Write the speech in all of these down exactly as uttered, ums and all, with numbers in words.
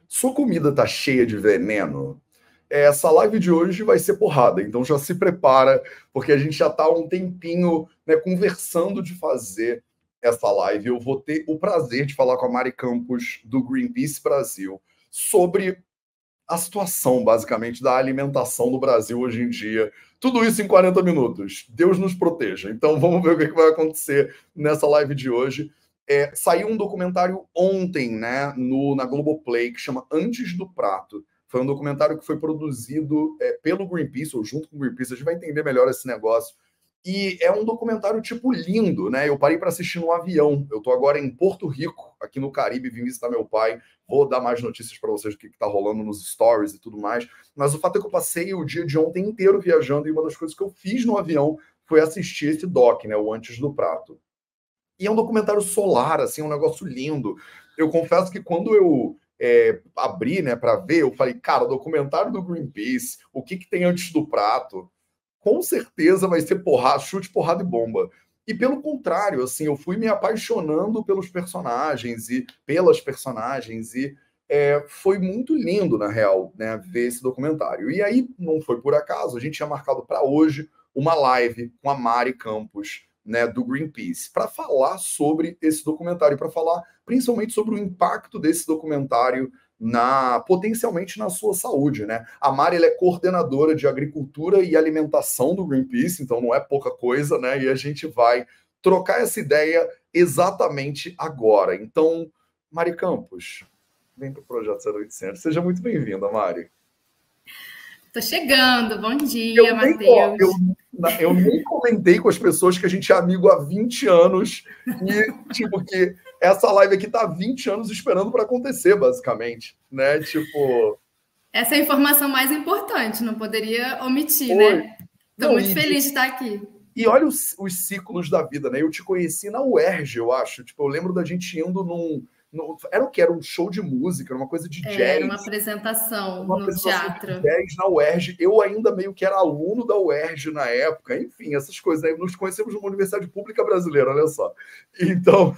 Sua comida tá cheia de veneno? Essa live de hoje vai ser porrada, então já se prepara, porque a gente já está há um tempinho, né, conversando de fazer essa live. Eu vou ter o prazer de falar com a Mari Campos, do Greenpeace Brasil, sobre a situação, basicamente, da alimentação no Brasil hoje em dia. Tudo isso em quarenta minutos. Deus nos proteja. Então vamos ver o que vai acontecer nessa live de hoje. É, saiu um documentário ontem, né, no, na Globoplay, que chama Antes do Prato. Foi um documentário que foi produzido é, pelo Greenpeace, ou junto com o Greenpeace, a gente vai entender melhor esse negócio. E é um documentário, tipo, lindo, né? Eu parei para assistir no avião. Eu tô agora em Porto Rico, aqui no Caribe, vim visitar meu pai. Vou dar mais notícias para vocês do que está rolando nos stories e tudo mais. Mas o fato é que eu passei o dia de ontem inteiro viajando e uma das coisas que eu fiz no avião foi assistir esse doc, né? O Antes do Prato. E é um documentário solar, assim, um negócio lindo. Eu confesso que quando eu é, abri, né, para ver, eu falei, cara, documentário do Greenpeace, o que, que tem antes do prato? Com certeza vai ser porrada, chute, porrada e bomba. E pelo contrário, assim, eu fui me apaixonando pelos personagens e pelas personagens e é, foi muito lindo, na real, né, ver esse documentário. E aí, não foi por acaso, a gente tinha marcado para hoje uma live com a Mari Campos, né, do Greenpeace, para falar sobre esse documentário, para falar principalmente sobre o impacto desse documentário na potencialmente na sua saúde, né? A Mari, ela é coordenadora de agricultura e alimentação do Greenpeace, então não é pouca coisa, né? E a gente vai trocar essa ideia exatamente agora. Então, Mari Campos, vem para o Projeto zero oitocentos. Seja muito bem-vinda, Mari. Tô chegando, bom dia, Matheus. Eu, eu nem comentei com as pessoas que a gente é amigo há vinte anos e, tipo, que essa live aqui tá há vinte anos esperando para acontecer, basicamente, né? Tipo... Essa é a informação mais importante, não poderia omitir, Oi. né? Tô não, muito feliz de estar aqui. E olha os, os ciclos da vida, né? Eu te conheci na U E R J, eu acho. Tipo, eu lembro da gente indo num... No, era o que? Era um show de música, era uma coisa de jazz. Era uma apresentação uma no apresentação teatro. De jazz na U E R J. Eu ainda meio que era aluno da U E R J na época. Enfim, essas coisas. Né? Nos conhecemos numa universidade pública brasileira, olha só. Então,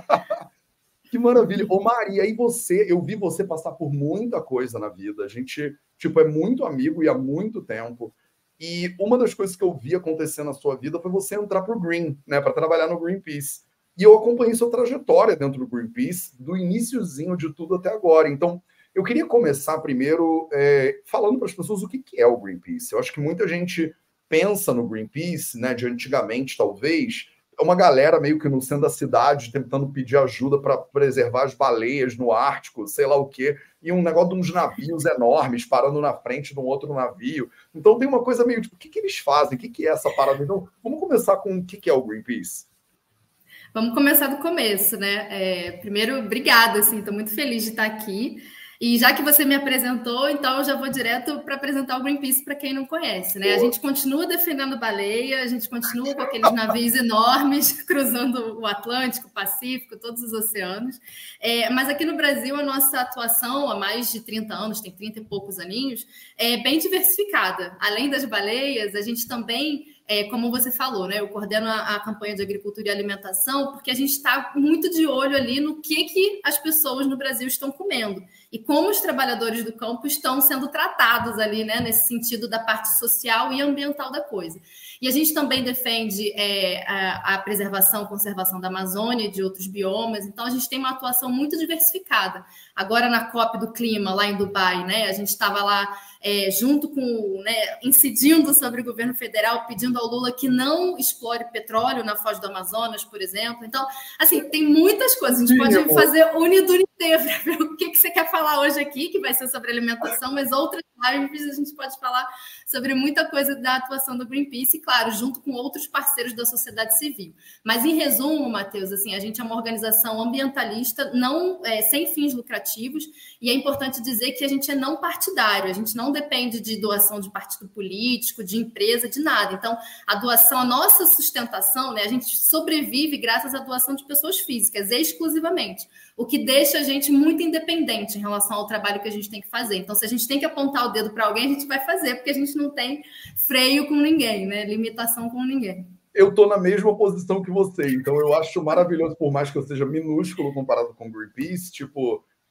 que maravilha. Ô, Maria, e você? Eu vi você passar por muita coisa na vida. A gente, tipo, é muito amigo e há muito tempo. E uma das coisas que eu vi acontecer na sua vida foi você entrar pro Green, né? Para trabalhar no Greenpeace. E eu acompanhei sua trajetória dentro do Greenpeace, do iniciozinho de tudo até agora. Então, eu queria começar primeiro é, falando para as pessoas o que, que é o Greenpeace. Eu acho que muita gente pensa no Greenpeace, né, de antigamente, talvez, é uma galera meio que no centro da cidade tentando pedir ajuda para preservar as baleias no Ártico, sei lá o quê, e um negócio de uns navios enormes parando na frente de um outro navio. Então, tem uma coisa meio tipo, o que, que eles fazem? O que, que é essa parada? Então, vamos começar com o que, que é o Greenpeace. Vamos começar do começo, né? É, primeiro, obrigada, assim, estou muito feliz de estar aqui. E já que você me apresentou, então eu já vou direto para apresentar o Greenpeace para quem não conhece, né? A gente continua defendendo baleia, a gente continua com aqueles navios enormes cruzando o Atlântico, o Pacífico, todos os oceanos. É, mas aqui no Brasil, a nossa atuação há mais de trinta anos, tem trinta e poucos aninhos, é bem diversificada. Além das baleias, a gente também... É, como você falou, né? Eu coordeno a, a campanha de agricultura e alimentação porque a gente está muito de olho ali no que, que as pessoas no Brasil estão comendo e como os trabalhadores do campo estão sendo tratados ali, né? Nesse sentido da parte social e ambiental da coisa. E a gente também defende é, a, a preservação, conservação da Amazônia e de outros biomas. Então, a gente tem uma atuação muito diversificada. Agora, na COP do Clima, lá em Dubai, né? A gente estava lá é, junto com, né, incidindo sobre o governo federal, pedindo ao Lula que não explore petróleo na Foz do Amazonas, por exemplo. Então, assim, tem muitas coisas. A gente pode Sim, fazer unidura inteira para ver o que, que você quer falar hoje aqui, que vai ser sobre alimentação, mas outras lives a gente pode falar sobre muita coisa da atuação do Greenpeace, e, claro, junto com outros parceiros da sociedade civil. Mas, em resumo, Matheus, assim, a gente é uma organização ambientalista não, é, sem fins lucrativos, e é importante dizer que a gente é não partidário, a gente não depende de doação de partido político, de empresa, de nada. Então, a doação, a nossa sustentação, né, a gente sobrevive graças à doação de pessoas físicas, exclusivamente, o que deixa a gente muito independente em relação ao trabalho que a gente tem que fazer. Então, se a gente tem que apontar o dedo para alguém, a gente vai fazer, porque a gente não tem freio com ninguém, né? Limitação com ninguém. Eu estou na mesma posição que você, então eu acho maravilhoso, por mais que eu seja minúsculo comparado com o Greenpeace, tipo,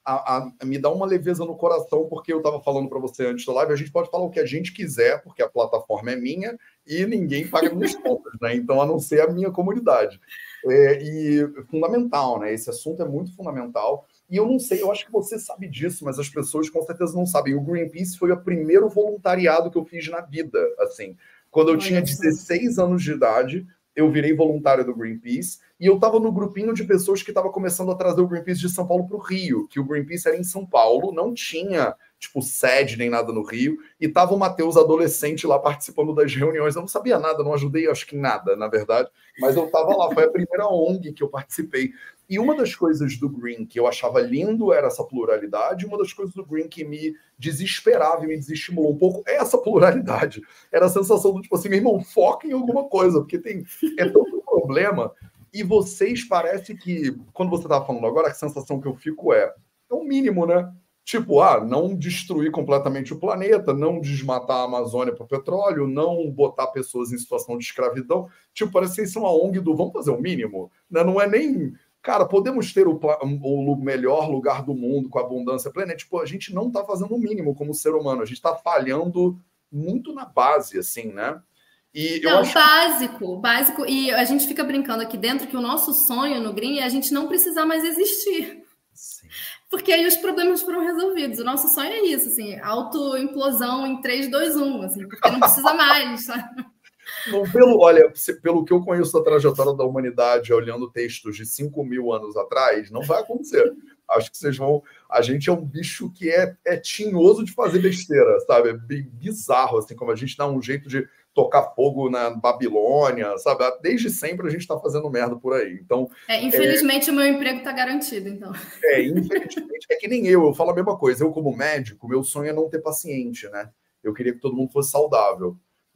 a, a, me dá uma leveza no coração, porque eu estava falando para você antes da live, a gente pode falar o que a gente quiser, porque a plataforma é minha e ninguém paga minhas contas, né? Então, a não ser a minha comunidade. É, e fundamental, né? Esse assunto é muito fundamental. E eu não sei, eu acho que você sabe disso, mas as pessoas com certeza não sabem. O Greenpeace foi o primeiro voluntariado que eu fiz na vida, assim. Quando eu Olha tinha dezesseis isso. anos de idade, eu virei voluntário do Greenpeace e eu estava no grupinho de pessoas que estava começando a trazer o Greenpeace de São Paulo para o Rio, que o Greenpeace era em São Paulo, não tinha, tipo, sede nem nada no Rio, e estava o Matheus adolescente lá participando das reuniões. Eu não sabia nada, não ajudei, acho que nada, na verdade, mas eu estava lá, foi a primeira O N G que eu participei. E uma das coisas do Green que eu achava lindo era essa pluralidade, uma das coisas do Green que me desesperava e me desestimulou um pouco é essa pluralidade. Era a sensação do tipo assim, meu irmão, foca em alguma coisa, porque tem é tanto problema. E vocês parece que, quando você estava falando agora, a sensação que eu fico é, é o mínimo, né? Tipo, ah, não destruir completamente o planeta, não desmatar a Amazônia para o petróleo, não botar pessoas em situação de escravidão. Tipo, parece que vocês são a O N G do vamos fazer o mínimo. Né? Não é nem... Cara, podemos ter o, o melhor lugar do mundo com abundância plena. Tipo, a gente não está fazendo o mínimo como ser humano. A gente está falhando muito na base, assim, né? E não, eu acho... básico, básico. E a gente fica brincando aqui dentro que o nosso sonho no Green é a gente não precisar mais existir. Sim. Porque aí os problemas foram resolvidos. O nosso sonho é isso, assim, auto-implosão em três, dois, um, assim, porque não precisa mais, sabe? Não, pelo, olha, pelo que eu conheço da trajetória da humanidade, olhando textos de cinco mil anos atrás, não vai acontecer. Acho que vocês vão... A gente é um bicho que é, é tinhoso de fazer besteira, sabe? É bem bizarro, assim, como a gente dá um jeito de tocar fogo na Babilônia, sabe? Desde sempre a gente está fazendo merda por aí. Então, é, infelizmente, é... o meu emprego está garantido, então. É, infelizmente, é que nem eu, eu falo a mesma coisa. Eu, como médico, meu sonho é não ter paciente, né? Eu queria que todo mundo fosse saudável.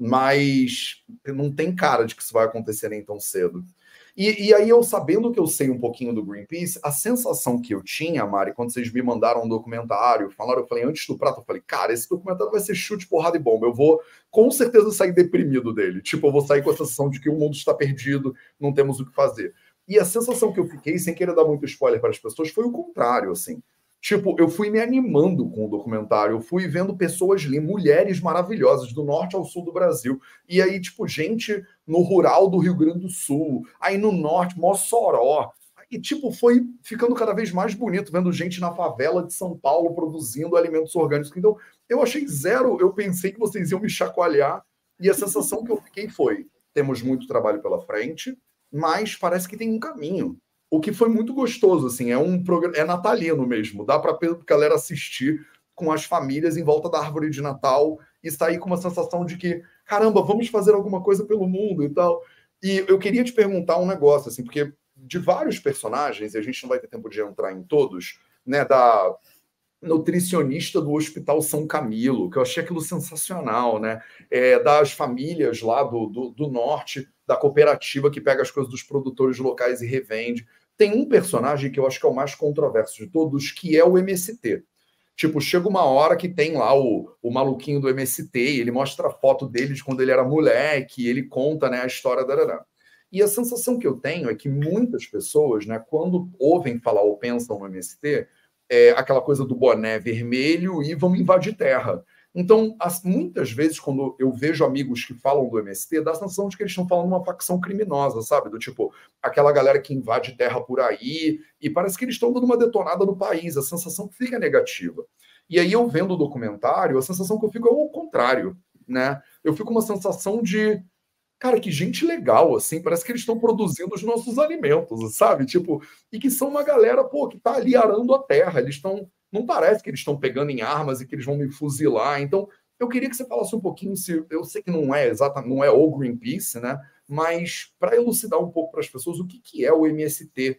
Mas não tem cara de que isso vai acontecer nem tão cedo. E, e aí, eu sabendo que eu sei um pouquinho do Greenpeace, a sensação que eu tinha, Mari, quando vocês me mandaram um documentário, falaram, eu falei, antes do prato, eu falei, cara, esse documentário vai ser chute, porrada e bomba. Eu vou, com certeza, sair deprimido dele. Tipo, eu vou sair com a sensação de que o mundo está perdido, não temos o que fazer. E a sensação que eu fiquei, sem querer dar muito spoiler para as pessoas, foi o contrário, assim. Tipo, eu fui me animando com o documentário, eu fui vendo pessoas lindas, mulheres maravilhosas, do norte ao sul do Brasil. E aí, tipo, gente no rural do Rio Grande do Sul, aí no norte, Mossoró. E, tipo, foi ficando cada vez mais bonito, vendo gente na favela de São Paulo produzindo alimentos orgânicos. Então, eu achei zero, eu pensei que vocês iam me chacoalhar, e a sensação que eu fiquei foi, temos muito trabalho pela frente, mas parece que tem um caminho. O que foi muito gostoso, assim, é um programa, é natalino mesmo, dá para a galera assistir com as famílias em volta da árvore de Natal e sair com uma sensação de que, caramba, vamos fazer alguma coisa pelo mundo e tal. E eu queria te perguntar um negócio, assim, porque de vários personagens, e a gente não vai ter tempo de entrar em todos, né, da nutricionista do Hospital São Camilo, que eu achei aquilo sensacional, né, é, das famílias lá do, do, do norte, da cooperativa que pega as coisas dos produtores locais e revende. Tem um personagem que eu acho que é o mais controverso de todos, que é o M S T. Tipo, chega uma hora que tem lá o, o maluquinho do M S T, e ele mostra a foto dele de quando ele era moleque, ele conta, né, a história da... E a sensação que eu tenho é que muitas pessoas, né, quando ouvem falar ou pensam no M S T, é aquela coisa do boné vermelho e vão invadir terra. Então, as, muitas vezes, quando eu vejo amigos que falam do M S T, dá a sensação de que eles estão falando de uma facção criminosa, sabe? Do tipo, aquela galera que invade terra por aí, e parece que eles estão dando uma detonada no país, a sensação que fica negativa. E aí, eu vendo o documentário, a sensação que eu fico é o contrário, né? Eu fico com uma sensação de, cara, que gente legal, assim, parece que eles estão produzindo os nossos alimentos, sabe? Tipo, e que são uma galera, pô, que tá ali arando a terra, eles estão... Não parece que eles estão pegando em armas e que eles vão me fuzilar. Então, eu queria que você falasse um pouquinho, se eu sei que não é exatamente, não é o Greenpeace, né? Mas para elucidar um pouco para as pessoas o que, que é o M S T.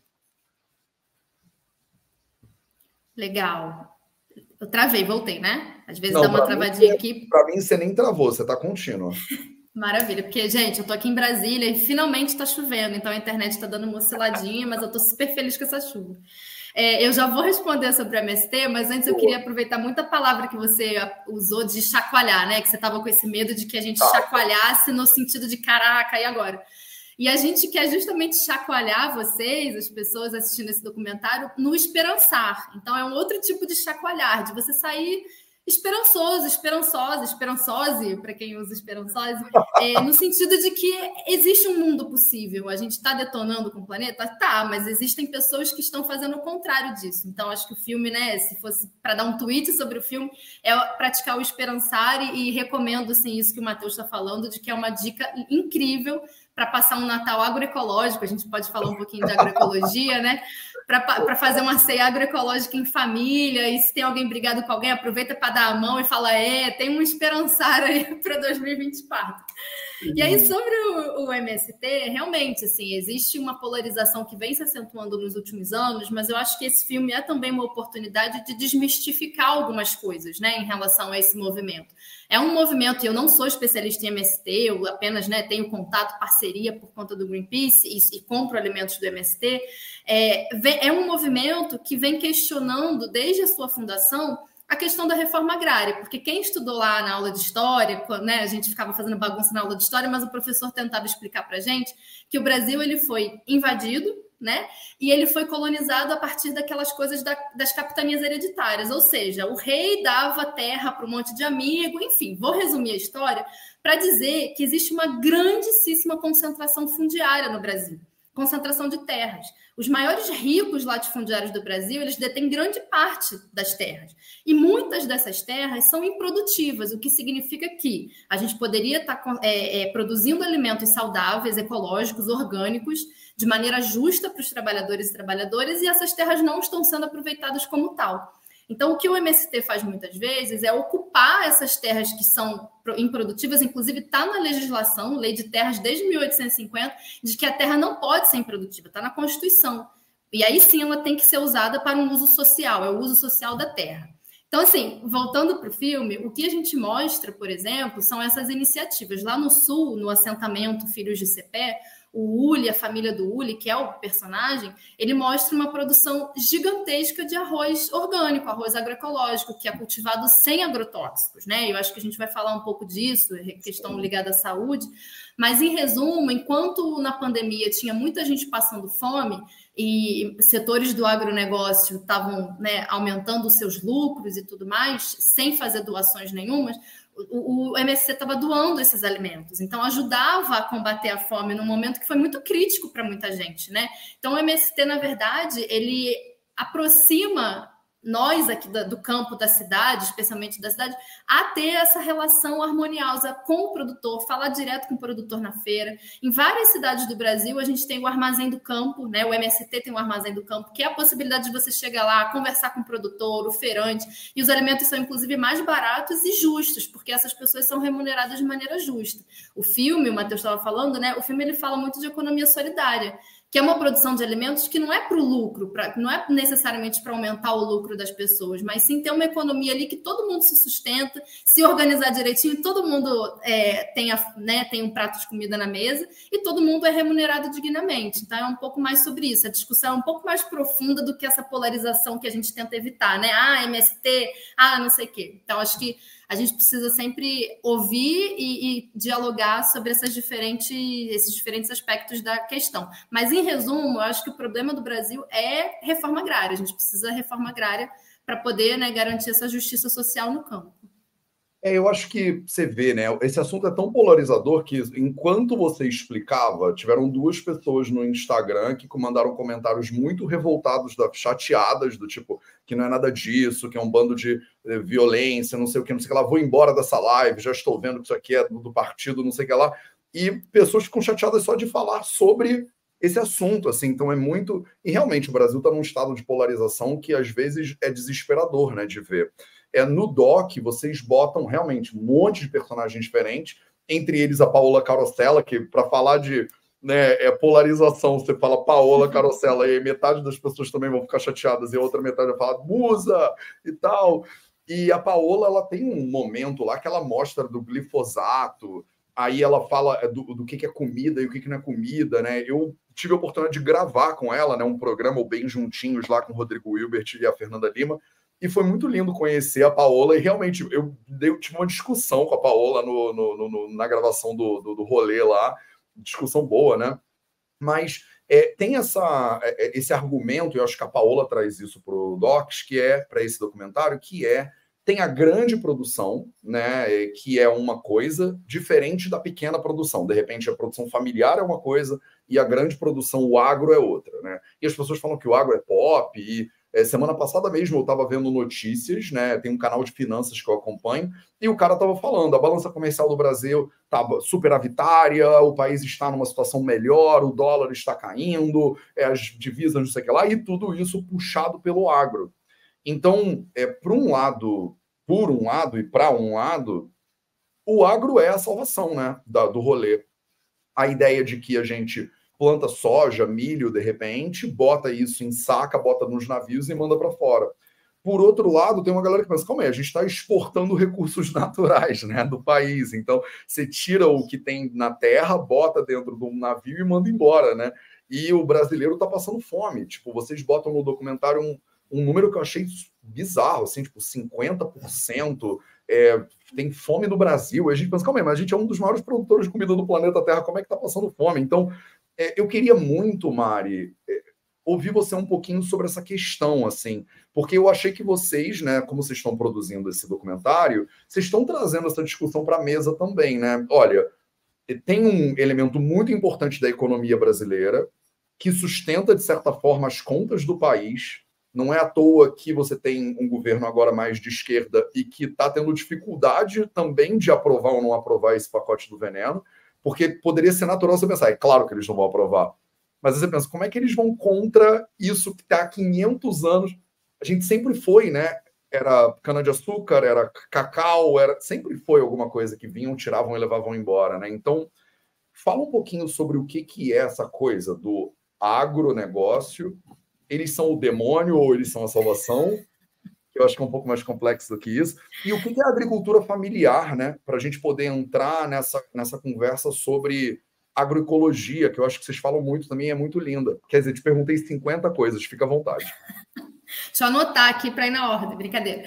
Legal. Eu travei, voltei, né? Às vezes não, dá uma travadinha mim, aqui. Para mim, você nem travou, você está contínua. Maravilha, porque, gente, eu tô aqui em Brasília e finalmente está chovendo, então a internet está dando uma osciladinha, mas eu tô super feliz com essa chuva. É, eu já vou responder sobre o M S T, mas antes eu queria aproveitar muito a palavra que você usou de chacoalhar, né? Que você estava com esse medo de que a gente chacoalhasse no sentido de caraca, e agora? E a gente quer justamente chacoalhar vocês, as pessoas assistindo esse documentário, no esperançar. Então, é um outro tipo de chacoalhar, de você sair esperançoso, esperançosa, esperançose, para quem usa esperançose, é, no sentido de que existe um mundo possível. A gente está detonando com o planeta? Tá, mas existem pessoas que estão fazendo o contrário disso. Então, acho que o filme, né, se fosse para dar um tweet sobre o filme, é praticar o esperançar e, e recomendo, assim, isso que o Matheus está falando, de que é uma dica incrível para passar um Natal agroecológico. A gente pode falar um pouquinho de agroecologia, né? Para fazer uma ceia agroecológica em família, e se tem alguém brigado com alguém, aproveita para dar a mão e fala, é, tem um esperançar aí para dois mil e vinte e quatro. E aí, sobre o, o M S T, realmente, assim, existe uma polarização que vem se acentuando nos últimos anos, mas eu acho que esse filme é também uma oportunidade de desmistificar algumas coisas, né, em relação a esse movimento. É um movimento, e eu não sou especialista em M S T, eu apenas, né, tenho contato, parceria por conta do Greenpeace e, e compro alimentos do M S T. É, é um movimento que vem questionando, desde a sua fundação, a questão da reforma agrária, porque quem estudou lá na aula de história, né, a gente ficava fazendo bagunça na aula de história, mas o professor tentava explicar para a gente que o Brasil ele foi invadido, né, e ele foi colonizado a partir daquelas coisas da, das capitanias hereditárias, ou seja, o rei dava terra para um monte de amigo, enfim, vou resumir a história para dizer que existe uma grandíssima concentração fundiária no Brasil, concentração de terras. Os maiores ricos latifundiários do Brasil, eles detêm grande parte das terras. E muitas dessas terras são improdutivas, o que significa que a gente poderia estar é, é, produzindo alimentos saudáveis, ecológicos, orgânicos, de maneira justa para os trabalhadores e trabalhadoras, e essas terras não estão sendo aproveitadas como tal. Então, o que o M S T faz muitas vezes é ocupar essas terras que são improdutivas, inclusive está na legislação, lei de terras desde mil oitocentos e cinquenta, de que a terra não pode ser improdutiva, está na Constituição. E aí sim ela tem que ser usada para um uso social, é o uso social da terra. Então, assim, voltando para o filme, o que a gente mostra, por exemplo, são essas iniciativas. Lá no Sul, no assentamento Filhos de Cepé, o Uli, a família do Uli, que é o personagem, ele mostra uma produção gigantesca de arroz orgânico, arroz agroecológico, que é cultivado sem agrotóxicos, né? Eu acho que a gente vai falar um pouco disso, questão ligada à saúde, mas, em resumo, enquanto na pandemia tinha muita gente passando fome e setores do agronegócio estavam, né, aumentando os seus lucros e tudo mais, sem fazer doações nenhumas, o, o M S C estava doando esses alimentos, então ajudava a combater a fome num momento que foi muito crítico para muita gente, né? Então o M S T, na verdade, ele aproxima nós aqui do campo da cidade, especialmente da cidade, a ter essa relação harmoniosa com o produtor, falar direto com o produtor na feira. Em várias cidades do Brasil, a gente tem o Armazém do Campo, né? O M S T tem o Armazém do Campo, que é a possibilidade de você chegar lá, conversar com o produtor, o feirante, e os alimentos são, inclusive, mais baratos e justos, porque essas pessoas são remuneradas de maneira justa. O filme, o Matheus estava falando, né? O filme ele fala muito de economia solidária, que é uma produção de alimentos que não é para o lucro, pra, não é necessariamente para aumentar o lucro das pessoas, mas sim ter uma economia ali que todo mundo se sustenta, se organizar direitinho, todo mundo é, tem, a, né, tem um prato de comida na mesa e todo mundo é remunerado dignamente. Então, é um pouco mais sobre isso. A discussão é um pouco mais profunda do que essa polarização que a gente tenta evitar, né? Ah, M S T, ah, não sei o quê. Então, acho que a gente precisa sempre ouvir e, e dialogar sobre essas diferentes, esses diferentes aspectos da questão. Mas, em resumo, eu acho que o problema do Brasil é reforma agrária. A gente precisa de reforma agrária para poder, né, garantir essa justiça social no campo. É, eu acho que você vê, né? Esse assunto é tão polarizador que, enquanto você explicava, tiveram duas pessoas no Instagram que mandaram comentários muito revoltados, chateadas, do tipo, que não é nada disso, que é um bando de eh, violência, não sei o que, não sei o que lá, vou embora dessa live, já estou vendo que isso aqui é do partido, não sei o que lá. E pessoas ficam chateadas só de falar sobre esse assunto, assim. Então é muito... E realmente o Brasil está num estado de polarização que às vezes é desesperador, né, de ver. É, no doc, vocês botam realmente um monte de personagens diferentes, entre eles a Paola Carosella, que para falar de, né, é, polarização, você fala Paola Carosella, e metade das pessoas também vão ficar chateadas, e a outra metade vai falar Musa e tal. E a Paola, ela tem um momento lá que ela mostra do glifosato, aí ela fala do, do que, que é comida e o que, que não é comida, né? Eu tive a oportunidade de gravar com ela, né, um programa bem juntinhos lá com o Rodrigo Hilbert e a Fernanda Lima, e foi muito lindo conhecer a Paola, e realmente eu, eu tive uma discussão com a Paola no, no, no, na gravação do, do, do rolê lá, discussão boa, né? Mas é, tem essa, esse argumento, e eu acho que a Paola traz isso para o Docs, que é, para esse documentário, que é, tem a grande produção, né, que é uma coisa diferente da pequena produção. De repente, a produção familiar é uma coisa e a grande produção, o agro, é outra, né? E as pessoas falam que o agro é pop, e é, semana passada mesmo eu estava vendo notícias, né? Tem um canal de finanças que eu acompanho, e o cara estava falando, a balança comercial do Brasil está superavitária, o país está numa situação melhor, o dólar está caindo, é, as divisas, não sei o que lá, e tudo isso puxado pelo agro. Então, é, por um lado, por um lado e para um lado, o agro é a salvação, né, da, do rolê. A ideia de que a gente planta soja, milho, de repente, bota isso em saca, bota nos navios e manda para fora. Por outro lado, tem uma galera que pensa, calma aí, a gente está exportando recursos naturais, né, do país. Então, você tira o que tem na terra, bota dentro de um navio e manda embora, né? E o brasileiro está passando fome. Tipo, vocês botam no documentário um, um número que eu achei bizarro, assim, tipo, cinquenta por cento é, tem fome no Brasil. A gente pensa, calma aí, mas a gente é um dos maiores produtores de comida do planeta Terra, como é que está passando fome? Então, é, eu queria muito, Mari, é, ouvir você um pouquinho sobre essa questão, assim, porque eu achei que vocês, né, como vocês estão produzindo esse documentário, vocês estão trazendo essa discussão para a mesa também, né? Olha, tem um elemento muito importante da economia brasileira que sustenta, de certa forma, as contas do país. Não é à toa que você tem um governo agora mais de esquerda e que está tendo dificuldade também de aprovar ou não aprovar esse pacote do veneno, porque poderia ser natural você pensar, é claro que eles não vão aprovar, mas você pensa, como é que eles vão contra isso que está há quinhentos anos? A gente sempre foi, né? Era cana-de-açúcar, era cacau, era... sempre foi alguma coisa que vinham, tiravam e levavam embora, né? Então, fala um pouquinho sobre o que, que é essa coisa do agronegócio. Eles são o demônio ou eles são a salvação? Eu acho que é um pouco mais complexo do que isso. E o que é a agricultura familiar, né? Para a gente poder entrar nessa, nessa conversa sobre agroecologia, que eu acho que vocês falam muito também, é muito linda. Quer dizer, te perguntei cinquenta coisas, fica à vontade. Deixa eu anotar aqui para ir na ordem, brincadeira.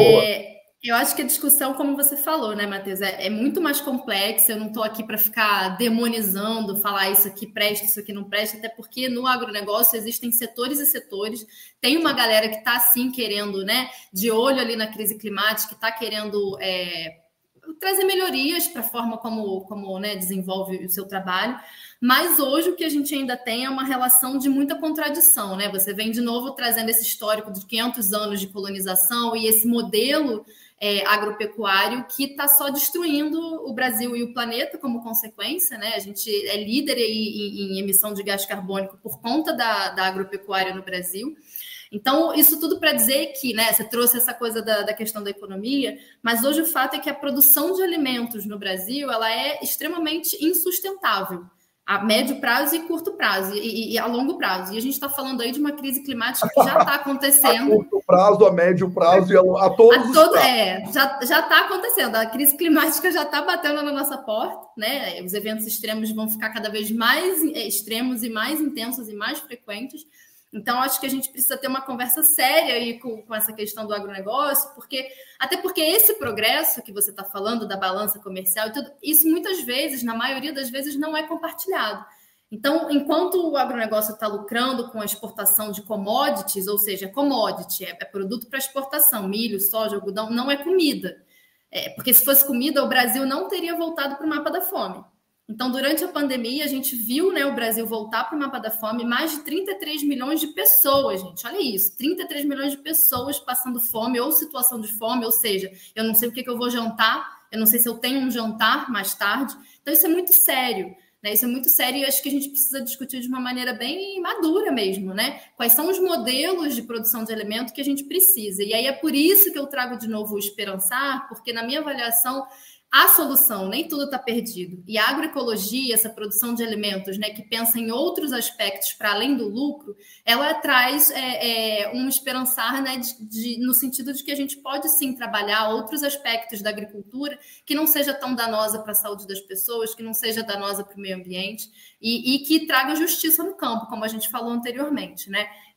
É, eu acho que a discussão, como você falou, né, Matheus, é, é muito mais complexa. Eu não estou aqui para ficar demonizando, falar isso aqui presta, isso aqui não presta, até porque no agronegócio existem setores e setores. Tem uma galera que está, assim, querendo, né, de olho ali na crise climática, que está querendo é, trazer melhorias para a forma como, como né, desenvolve o seu trabalho. Mas hoje o que a gente ainda tem é uma relação de muita contradição, né? Você vem de novo trazendo esse histórico de quinhentos anos de colonização e esse modelo é, agropecuário que está só destruindo o Brasil e o planeta como consequência, né? A gente é líder aí em, em emissão de gás carbônico por conta da, da agropecuária no Brasil. Então, isso tudo para dizer que, né, você trouxe essa coisa da, da questão da economia, mas hoje o fato é que a produção de alimentos no Brasil ela é extremamente insustentável a médio prazo e curto prazo, e, e a longo prazo. E a gente está falando aí de uma crise climática que já está acontecendo. A curto prazo, a médio prazo e a, a todos a todo, os é, já está acontecendo. A crise climática já está batendo na nossa porta, né? Os eventos extremos vão ficar cada vez mais extremos e mais intensos e mais frequentes. Então, acho que a gente precisa ter uma conversa séria aí com, com essa questão do agronegócio, porque, até porque esse progresso que você está falando da balança comercial e tudo, isso muitas vezes, na maioria das vezes, não é compartilhado. Então, enquanto o agronegócio está lucrando com a exportação de commodities, ou seja, commodity é, é produto para exportação, milho, soja, algodão, não é comida. É, porque se fosse comida, o Brasil não teria voltado para o mapa da fome. Então, durante a pandemia, a gente viu, né, o Brasil voltar para o mapa da fome, mais de trinta e três milhões de pessoas, gente. Olha isso, trinta e três milhões de pessoas passando fome ou situação de fome, ou seja, eu não sei o que, que eu vou jantar, eu não sei se eu tenho um jantar mais tarde. Então, isso é muito sério, né? Isso é muito sério e acho que a gente precisa discutir de uma maneira bem madura mesmo, né? Quais são os modelos de produção de alimento que a gente precisa. E aí é por isso que eu trago de novo o Esperançar, porque na minha avaliação a solução, nem tudo está perdido. E a agroecologia, essa produção de alimentos, né, que pensa em outros aspectos para além do lucro, ela traz é, é, um esperançar, né, de, de, no sentido de que a gente pode sim trabalhar outros aspectos da agricultura que não seja tão danosa para a saúde das pessoas, que não seja danosa para o meio ambiente e, e que traga justiça no campo, como a gente falou anteriormente, né?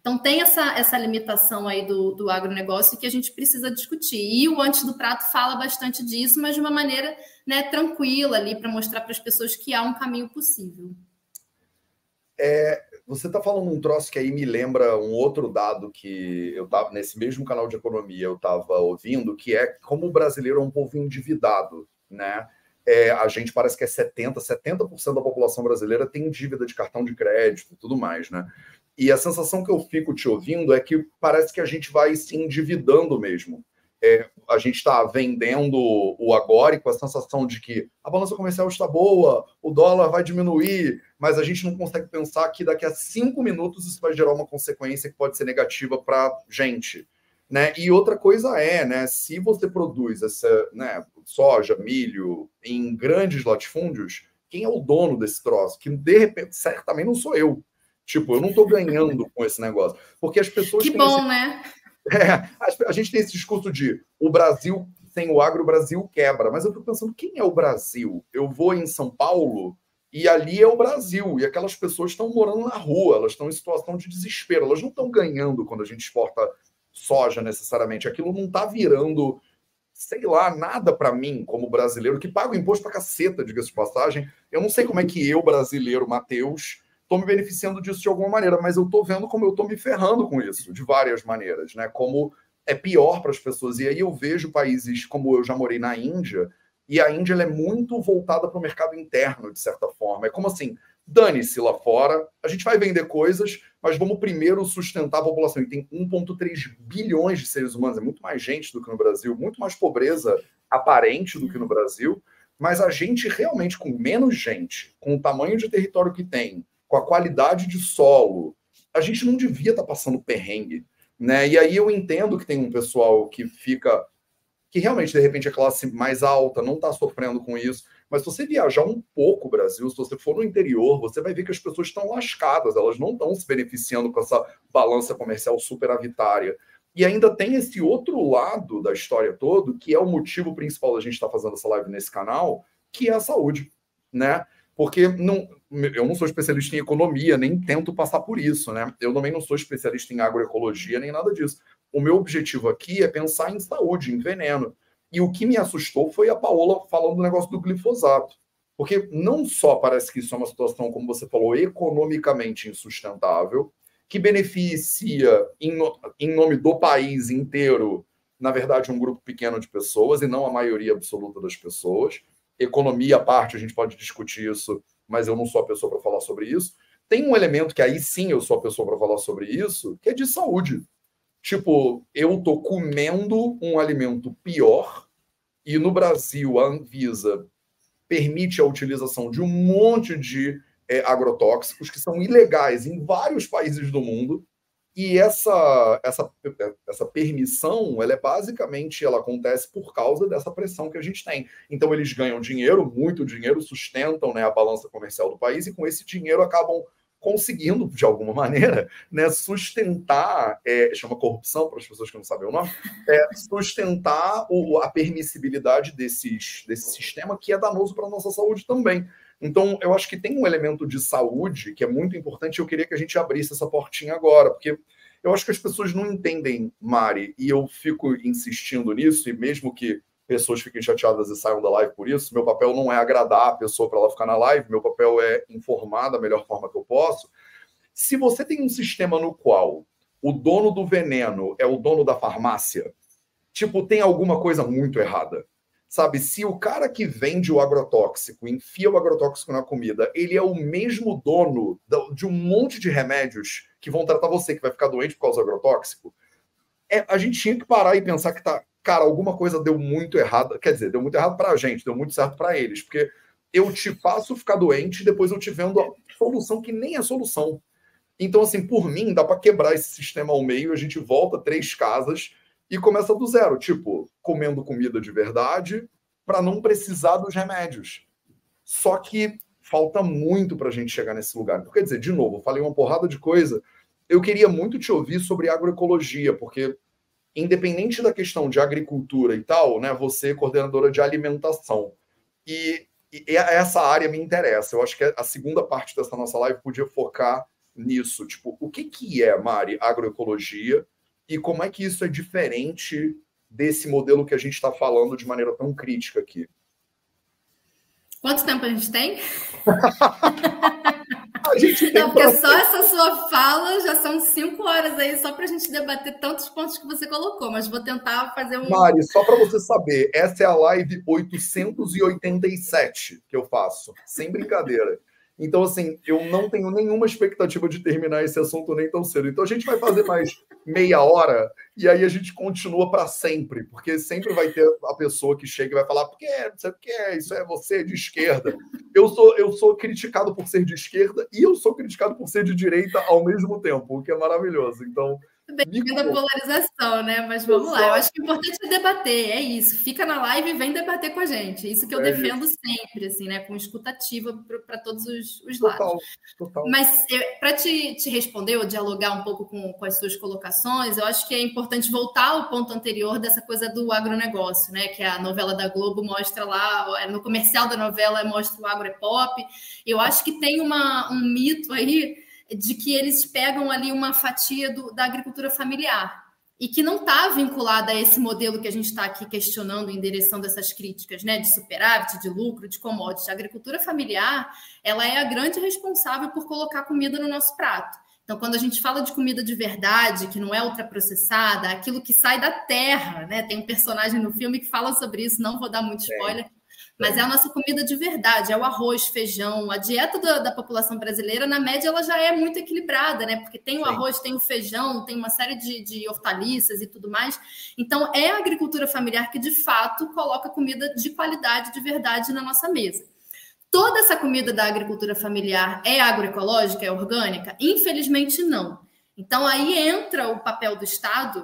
Então, tem essa, essa limitação aí do, do agronegócio que a gente precisa discutir. E o Antes do Prato fala bastante disso, mas de uma maneira, né, tranquila ali, para mostrar para as pessoas que há um caminho possível. É, você está falando um troço que aí me lembra um outro dado que eu estava, nesse mesmo canal de economia, eu estava ouvindo, que é como o brasileiro é um povo endividado, né? É, a gente parece que é setenta por cento, setenta por cento da população brasileira tem dívida de cartão de crédito e tudo mais, né? E a sensação que eu fico te ouvindo é que parece que a gente vai se endividando mesmo. É, a gente está vendendo o agora e com a sensação de que a balança comercial está boa, o dólar vai diminuir, mas a gente não consegue pensar que daqui a cinco minutos isso vai gerar uma consequência que pode ser negativa para a gente. Né? E outra coisa é, né, se você produz essa, né, soja, milho em grandes latifúndios, quem é o dono desse troço? Que de repente, certamente não sou eu. Tipo, eu não estou ganhando com esse negócio. Porque as pessoas... Que bom, esse... né? É, a gente tem esse discurso de o Brasil, sem o agro, o Brasil quebra. Mas eu fico pensando, quem é o Brasil? Eu vou em São Paulo e ali é o Brasil. E aquelas pessoas estão morando na rua, elas estão em situação de desespero. Elas não estão ganhando quando a gente exporta soja necessariamente. Aquilo não está virando, sei lá, nada para mim, como brasileiro, que paga o imposto para caceta, diga-se de passagem. Eu não sei como é que eu, brasileiro, Matheus, estou me beneficiando disso de alguma maneira, mas eu estou vendo como eu estou me ferrando com isso, de várias maneiras, né? Como é pior para as pessoas. E aí eu vejo países como eu já morei na Índia, e a Índia ela é muito voltada para o mercado interno, de certa forma. É como assim, dane-se lá fora, a gente vai vender coisas, mas vamos primeiro sustentar a população. E tem um vírgula três bilhões de seres humanos, é muito mais gente do que no Brasil, muito mais pobreza aparente do que no Brasil, mas a gente realmente, com menos gente, com o tamanho de território que tem, com a qualidade de solo, a gente não devia estar passando perrengue, né? E aí eu entendo que tem um pessoal que fica, que realmente, de repente, a classe mais alta não está sofrendo com isso, mas se você viajar um pouco o Brasil, se você for no interior, você vai ver que as pessoas estão lascadas, elas não estão se beneficiando com essa balança comercial superavitária. E ainda tem esse outro lado da história toda, que é o motivo principal da gente estar fazendo essa live nesse canal, que é a saúde, né? Porque não, eu não sou especialista em economia, nem tento passar por isso, né? Eu também não sou especialista em agroecologia, nem nada disso. O meu objetivo aqui é pensar em saúde, em veneno. E o que me assustou foi a Paola falando do negócio do glifosato. Porque não só parece que isso é uma situação, como você falou, economicamente insustentável, que beneficia, em, no, em nome do país inteiro, na verdade, um grupo pequeno de pessoas, e não a maioria absoluta das pessoas. Economia à parte, a gente pode discutir isso, mas eu não sou a pessoa para falar sobre isso. Tem um elemento que aí sim eu sou a pessoa para falar sobre isso, que é de saúde. Tipo, eu estou comendo um alimento pior e no Brasil a Anvisa permite a utilização de um monte de é, agrotóxicos que são ilegais em vários países do mundo. E essa, essa, essa permissão, ela é basicamente, ela acontece por causa dessa pressão que a gente tem. Então, eles ganham dinheiro, muito dinheiro, sustentam, né, a balança comercial do país, e com esse dinheiro acabam conseguindo, de alguma maneira, né, sustentar, é, chama corrupção para as pessoas que não sabem o nome, é, sustentar o, a permissibilidade desses, desse sistema que é danoso para a nossa saúde também. Então, eu acho que tem um elemento de saúde que é muito importante e eu queria que a gente abrisse essa portinha agora, porque eu acho que as pessoas não entendem, Mari, e eu fico insistindo nisso, e mesmo que pessoas fiquem chateadas e saiam da live por isso, meu papel não é agradar a pessoa para ela ficar na live, meu papel é informar da melhor forma que eu posso. Se você tem um sistema no qual o dono do veneno é o dono da farmácia, tipo, tem alguma coisa muito errada. Sabe, se o cara que vende o agrotóxico, enfia o agrotóxico na comida, ele é o mesmo dono de um monte de remédios que vão tratar você, que vai ficar doente por causa do agrotóxico, é, a gente tinha que parar e pensar que, tá, cara, alguma coisa deu muito errado. Quer dizer, deu muito errado pra gente, deu muito certo pra eles, porque eu te faço ficar doente e depois eu te vendo a solução que nem é solução. Então, assim, por mim, dá pra quebrar esse sistema ao meio, a gente volta três casas e começa do zero, tipo, comendo comida de verdade para não precisar dos remédios. Só que falta muito para a gente chegar nesse lugar. Então, quer dizer, de novo, eu falei uma porrada de coisa. Eu queria muito te ouvir sobre agroecologia, porque independente da questão de agricultura e tal, né, você é coordenadora de alimentação. E, e essa área me interessa. Eu acho que a segunda parte dessa nossa live podia focar nisso. Tipo, o que, que é, Mari, agroecologia e como é que isso é diferente desse modelo que a gente está falando de maneira tão crítica aqui? Quanto tempo a gente tem? A gente tem Não, porque pra... só essa sua fala já são cinco horas aí só para a gente debater tantos pontos que você colocou, mas vou tentar fazer um... Mari, só para você saber, essa é a live oitocentos e oitenta e sete que eu faço, sem brincadeira. Então, assim, eu não tenho nenhuma expectativa de terminar esse assunto nem tão cedo. Então, a gente vai fazer mais meia hora e aí a gente continua para sempre, porque sempre vai ter a pessoa que chega e vai falar porque não sei o que é, isso é você de esquerda. Eu sou, eu sou criticado por ser de esquerda e eu sou criticado por ser de direita ao mesmo tempo, o que é maravilhoso. Então, bem da polarização, né? Mas vamos lá. Eu acho que o importante é debater, é isso. Fica na live e vem debater com a gente. Isso que eu é defendo isso. sempre, assim, né? Com escutativa para todos os, os lados. Total, total. Mas para te, te responder ou dialogar um pouco com, com as suas colocações, eu acho que é importante voltar ao ponto anterior dessa coisa do agronegócio, né? Que a novela da Globo mostra lá, no comercial da novela mostra o agro é pop. Eu acho que tem uma, um mito aí de que eles pegam ali uma fatia do, da agricultura familiar e que não está vinculada a esse modelo que a gente está aqui questionando, endereçando essas críticas, né, de superávit, de lucro, de commodities. A agricultura familiar, ela é a grande responsável por colocar comida no nosso prato. Então, quando a gente fala de comida de verdade, que não é ultraprocessada, aquilo que sai da terra, né, tem um personagem no filme que fala sobre isso, não vou dar muito spoiler, é. Mas é a nossa comida de verdade, é o arroz, feijão. A dieta da, da população brasileira, na média, ela já é muito equilibrada, né? Porque tem o Sim. arroz, tem o feijão, tem uma série de, de hortaliças e tudo mais. Então, é a agricultura familiar que, de fato, coloca comida de qualidade, de verdade, na nossa mesa. Toda essa comida da agricultura familiar é agroecológica, é orgânica? Infelizmente, não. Então, aí entra o papel do Estado,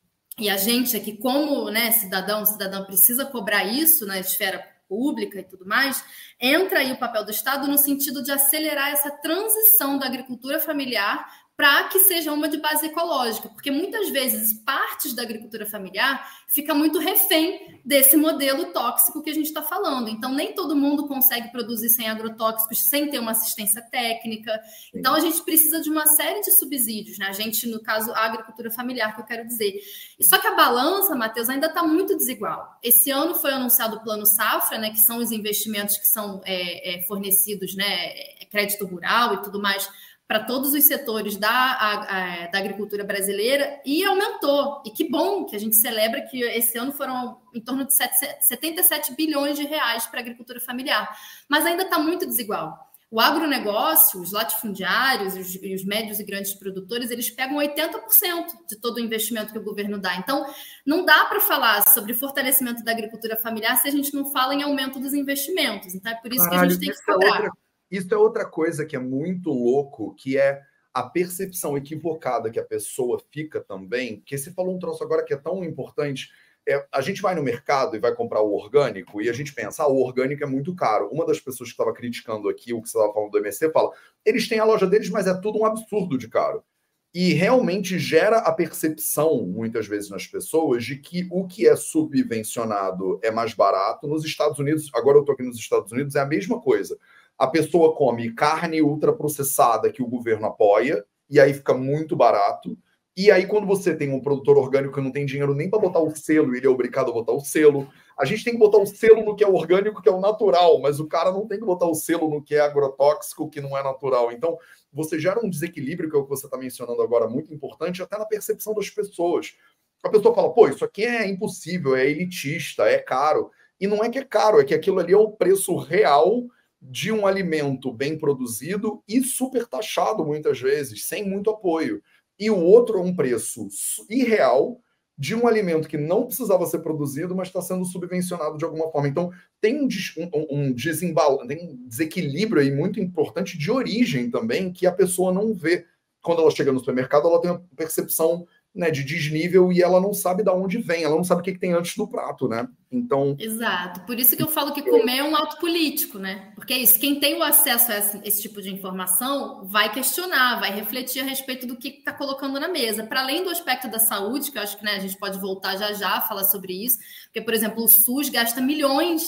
e a gente aqui, como né, cidadão, cidadão, precisa cobrar isso na esfera pública e tudo mais, entra aí o papel do Estado no sentido de acelerar essa transição da agricultura familiar para que seja uma de base ecológica, porque muitas vezes partes da agricultura familiar fica muito refém desse modelo tóxico que a gente está falando. Então, nem todo mundo consegue produzir sem agrotóxicos, sem ter uma assistência técnica. Então, a gente precisa de uma série de subsídios, né? A gente, no caso, a agricultura familiar, que eu quero dizer. Só que a balança, Matheus, ainda está muito desigual. Esse ano foi anunciado o Plano Safra, né, que são os investimentos que são é, é, fornecidos, né, crédito rural e tudo mais, para todos os setores da, a, a, da agricultura brasileira, e aumentou. E que bom que a gente celebra que esse ano foram em torno de setenta e sete bilhões de reais para a agricultura familiar. Mas ainda está muito desigual. O agronegócio, os latifundiários, os, os médios e grandes produtores, eles pegam oitenta por cento de todo o investimento que o governo dá. Então, não dá para falar sobre fortalecimento da agricultura familiar se a gente não fala em aumento dos investimentos. Então, é por isso Caralho, que a gente tem que cobrar. É outra... Isso é outra coisa que é muito louco, que é a percepção equivocada que a pessoa fica também, que você falou um troço agora que é tão importante. É, a gente vai no mercado e vai comprar o orgânico e a gente pensa, ah, o orgânico é muito caro. Uma das pessoas que estava criticando aqui o que você estava falando do M S C fala, eles têm a loja deles, mas é tudo um absurdo de caro. E realmente gera a percepção, muitas vezes, nas pessoas, de que o que é subvencionado é mais barato. Nos Estados Unidos, agora eu estou aqui nos Estados Unidos, é a mesma coisa. A pessoa come carne ultraprocessada que o governo apoia, e aí fica muito barato. E aí, quando você tem um produtor orgânico que não tem dinheiro nem para botar o selo, ele é obrigado a botar o selo. A gente tem que botar o selo no que é orgânico, que é o natural, mas o cara não tem que botar o selo no que é agrotóxico, que não é natural. Então, você gera um desequilíbrio, que é o que você está mencionando agora, muito importante, até na percepção das pessoas. A pessoa fala, pô, isso aqui é impossível, é elitista, é caro. E não é que é caro, é que aquilo ali é o preço real de um alimento bem produzido e super taxado muitas vezes, sem muito apoio. E o outro é um preço irreal de um alimento que não precisava ser produzido, mas está sendo subvencionado de alguma forma. Então, tem um, um, um, desembalo, tem um desequilíbrio aí muito importante de origem também, que a pessoa não vê. Quando ela chega no supermercado, ela tem uma percepção, né, de desnível e ela não sabe de onde vem, ela não sabe o que, que tem antes do prato, né? Então... Exato. Por isso que eu falo que comer é um ato político, né? Porque é isso, quem tem o acesso a esse, esse tipo de informação vai questionar, vai refletir a respeito do que está colocando na mesa. Para além do aspecto da saúde, que eu acho que né, a gente pode voltar já já a falar sobre isso, porque, por exemplo, o SUS gasta milhões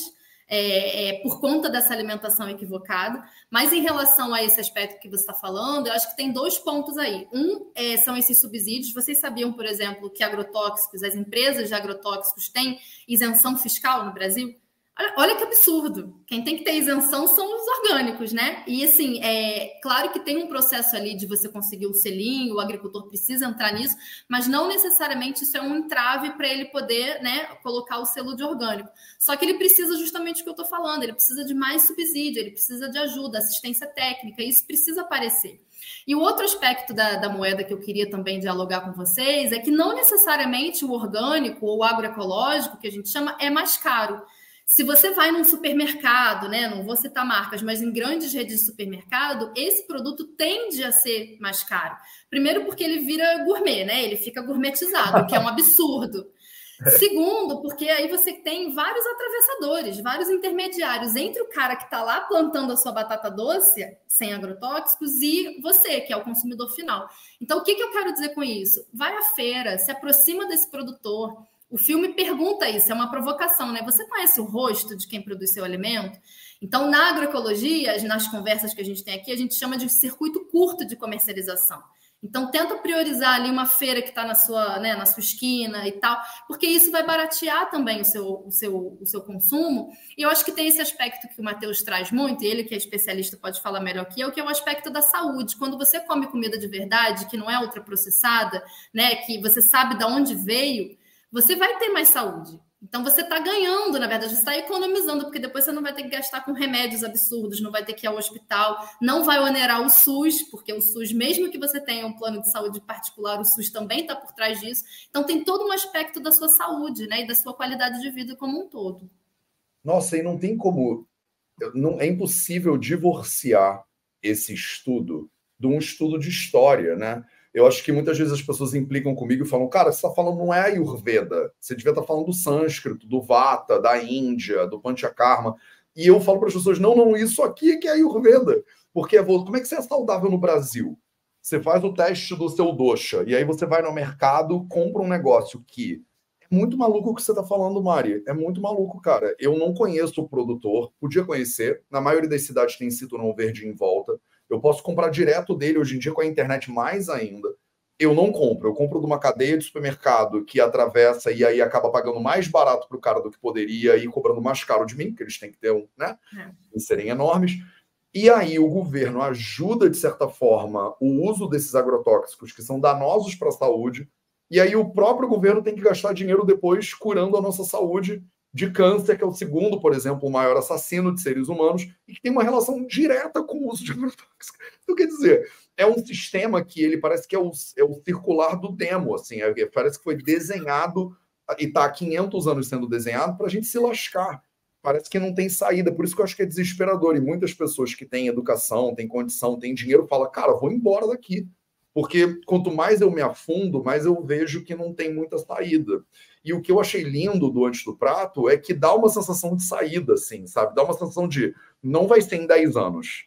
É, é, por conta dessa alimentação equivocada. Mas em relação a esse aspecto que você está falando, eu acho que tem dois pontos aí. Um é, são esses subsídios. Vocês sabiam, por exemplo, que agrotóxicos, as empresas de agrotóxicos têm isenção fiscal no Brasil? Olha, olha que absurdo. Quem tem que ter isenção são os orgânicos, né? E assim, é claro que tem um processo ali de você conseguir o selinho, o agricultor precisa entrar nisso, mas não necessariamente isso é um entrave para ele poder, né, colocar o selo de orgânico. Só que ele precisa justamente do que eu estou falando, ele precisa de mais subsídio, ele precisa de ajuda, assistência técnica, isso precisa aparecer. E o outro aspecto da, da moeda que eu queria também dialogar com vocês é que não necessariamente o orgânico ou o agroecológico, que a gente chama, é mais caro. Se você vai num supermercado, né, não vou citar marcas, mas em grandes redes de supermercado, esse produto tende a ser mais caro. Primeiro porque ele vira gourmet, né? Ele fica gourmetizado, o que é um absurdo. Segundo, porque aí você tem vários atravessadores, vários intermediários entre o cara que está lá plantando a sua batata doce, sem agrotóxicos, e você, que é o consumidor final. Então, o que, que eu quero dizer com isso? Vai à feira, se aproxima desse produtor. O filme pergunta isso, é uma provocação, né? Você conhece o rosto de quem produz seu alimento? Então, na agroecologia, nas conversas que a gente tem aqui, a gente chama de circuito curto de comercialização. Então, tenta priorizar ali uma feira que está na sua, né, na sua esquina e tal, porque isso vai baratear também o seu, o, seu, o seu consumo. E eu acho que tem esse aspecto que o Matheus traz muito, e ele que é especialista pode falar melhor que eu, que é o aspecto da saúde. Quando você come comida de verdade, que não é ultraprocessada, né, que você sabe de onde veio, você vai ter mais saúde. Então, você está ganhando, na verdade, você está economizando, porque depois você não vai ter que gastar com remédios absurdos, não vai ter que ir ao hospital, não vai onerar o SUS, porque o SUS, mesmo que você tenha um plano de saúde particular, o SUS também está por trás disso. Então, tem todo um aspecto da sua saúde, né, e da sua qualidade de vida como um todo. Nossa, e não tem como... Não, é impossível divorciar esse estudo de um estudo de história, né? Eu acho que muitas vezes as pessoas implicam comigo e falam, cara, você está falando não é Ayurveda, você devia estar falando do sânscrito, do Vata, da Índia, do Panchakarma. E eu falo para as pessoas, não, não, isso aqui é que é Ayurveda. Porque como é que você é saudável no Brasil? Você faz o teste do seu dosha, e aí você vai no mercado, compra um negócio que... É muito maluco o que você está falando, Mari. É muito maluco, cara. Eu não conheço o produtor, podia conhecer. Na maioria das cidades tem cinturão verde em volta. Eu posso comprar direto dele, hoje em dia com a internet mais ainda. Eu não compro. Eu compro de uma cadeia de supermercado que atravessa e aí acaba pagando mais barato para o cara do que poderia e cobrando mais caro de mim, porque eles têm que ter um, né? É. Serem enormes. E aí o governo ajuda, de certa forma, o uso desses agrotóxicos que são danosos para a saúde. E aí o próprio governo tem que gastar dinheiro depois curando a nossa saúde de câncer, que é o segundo, por exemplo, o maior assassino de seres humanos, e que tem uma relação direta com o uso de agrotóxicos. Então, quer dizer, é um sistema que ele parece que é o, é o circular do demo, assim, é, parece que foi desenhado, e está há quinhentos anos sendo desenhado para a gente se lascar. Parece que não tem saída, por isso que eu acho que é desesperador. E muitas pessoas que têm educação, têm condição, têm dinheiro, falam, cara, vou embora daqui. Porque quanto mais eu me afundo, mais eu vejo que não tem muita saída. E o que eu achei lindo do Antes do Prato é que dá uma sensação de saída, assim, sabe? Dá uma sensação de, não vai ser em dez anos,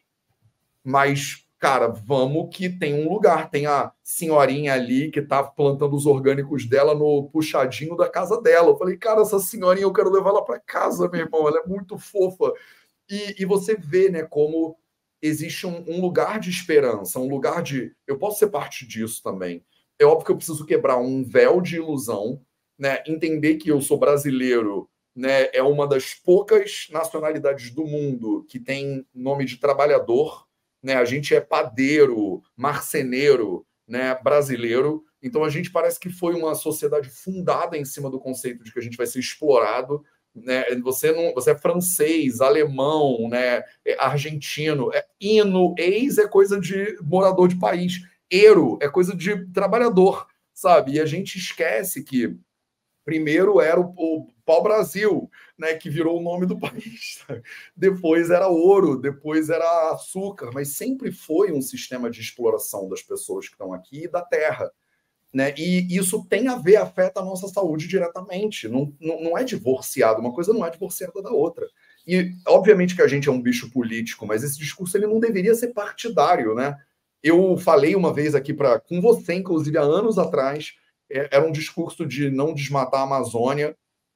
mas, cara, vamos que tem um lugar. Tem a senhorinha ali que tá plantando os orgânicos dela no puxadinho da casa dela. Eu falei, cara, essa senhorinha eu quero levar ela para casa, meu irmão. Ela é muito fofa. E, e você vê, né, como... existe um, um lugar de esperança, um lugar de... Eu posso ser parte disso também. É óbvio que eu preciso quebrar um véu de ilusão, né? Entender que eu sou brasileiro, né? É uma das poucas nacionalidades do mundo que tem nome de trabalhador, né? A gente é padeiro, marceneiro, né? Brasileiro. Então, a gente parece que foi uma sociedade fundada em cima do conceito de que a gente vai ser explorado, né? Você não, você é francês, alemão, né? É argentino, é hino, ex é coisa de morador de país, ero é coisa de trabalhador, sabe? E a gente esquece que primeiro era o, o pau-brasil, né? Que virou o nome do país, sabe? Depois era ouro, depois era açúcar, mas sempre foi um sistema de exploração das pessoas que estão aqui e da terra. Né? E isso tem a ver, afeta a nossa saúde diretamente, não, não, não é divorciado, uma coisa não é divorciada da outra. E obviamente que a gente é um bicho político, mas esse discurso ele não deveria ser partidário, né? Eu falei uma vez aqui pra, com você, inclusive há anos atrás, é, era um discurso de não desmatar a Amazônia,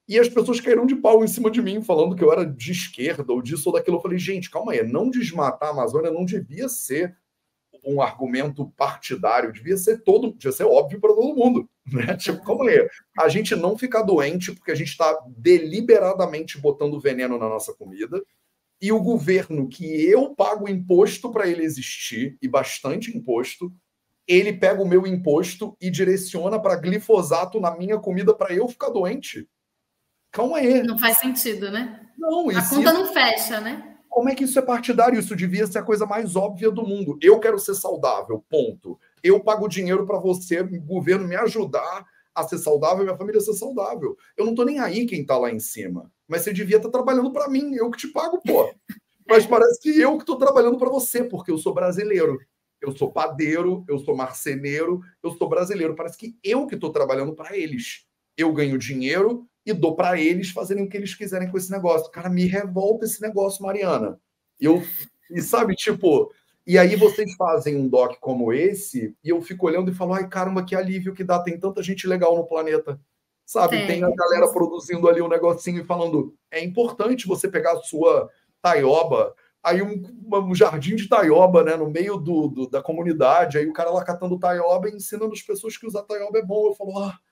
E as pessoas caíram de pau em cima de mim, falando que eu era de esquerda ou disso ou daquilo. Eu falei, gente, calma aí, não desmatar a Amazônia não devia ser um argumento partidário, devia ser todo, devia ser óbvio para todo mundo, né? Tipo, calma aí, a gente não ficar doente porque a gente está deliberadamente botando veneno na nossa comida, e o governo que eu pago imposto para ele existir, e bastante imposto, ele pega o meu imposto e direciona para glifosato na minha comida para eu ficar doente. Calma aí. Não faz sentido, né? Não, a conta não fecha, né? Como é que isso é partidário? Isso devia ser a coisa mais óbvia do mundo. Eu quero ser saudável, ponto. Eu pago dinheiro para você, o governo, me ajudar a ser saudável e minha família ser saudável. Eu não tô nem aí quem tá lá em cima. Mas você devia estar trabalhando para mim, eu que te pago, pô. Mas parece que eu que tô trabalhando para você, porque eu sou brasileiro. Eu sou padeiro, eu sou marceneiro, eu sou brasileiro. Parece que eu que tô trabalhando para eles. Eu ganho dinheiro e dou para eles fazerem o que eles quiserem com esse negócio. Cara, me revolta esse negócio, Mariana. Eu, e sabe, tipo... E aí vocês fazem um doc como esse e eu fico olhando e falo, ai, caramba, que alívio que dá. Tem tanta gente legal no planeta. Sabe? Tem, Tem a galera produzindo ali um negocinho e falando, é importante você pegar a sua taioba, aí um, um jardim de taioba, né, no meio do, do, da comunidade, aí o cara lá catando taioba e ensinando as pessoas que usar taioba é bom. Eu falo, ah...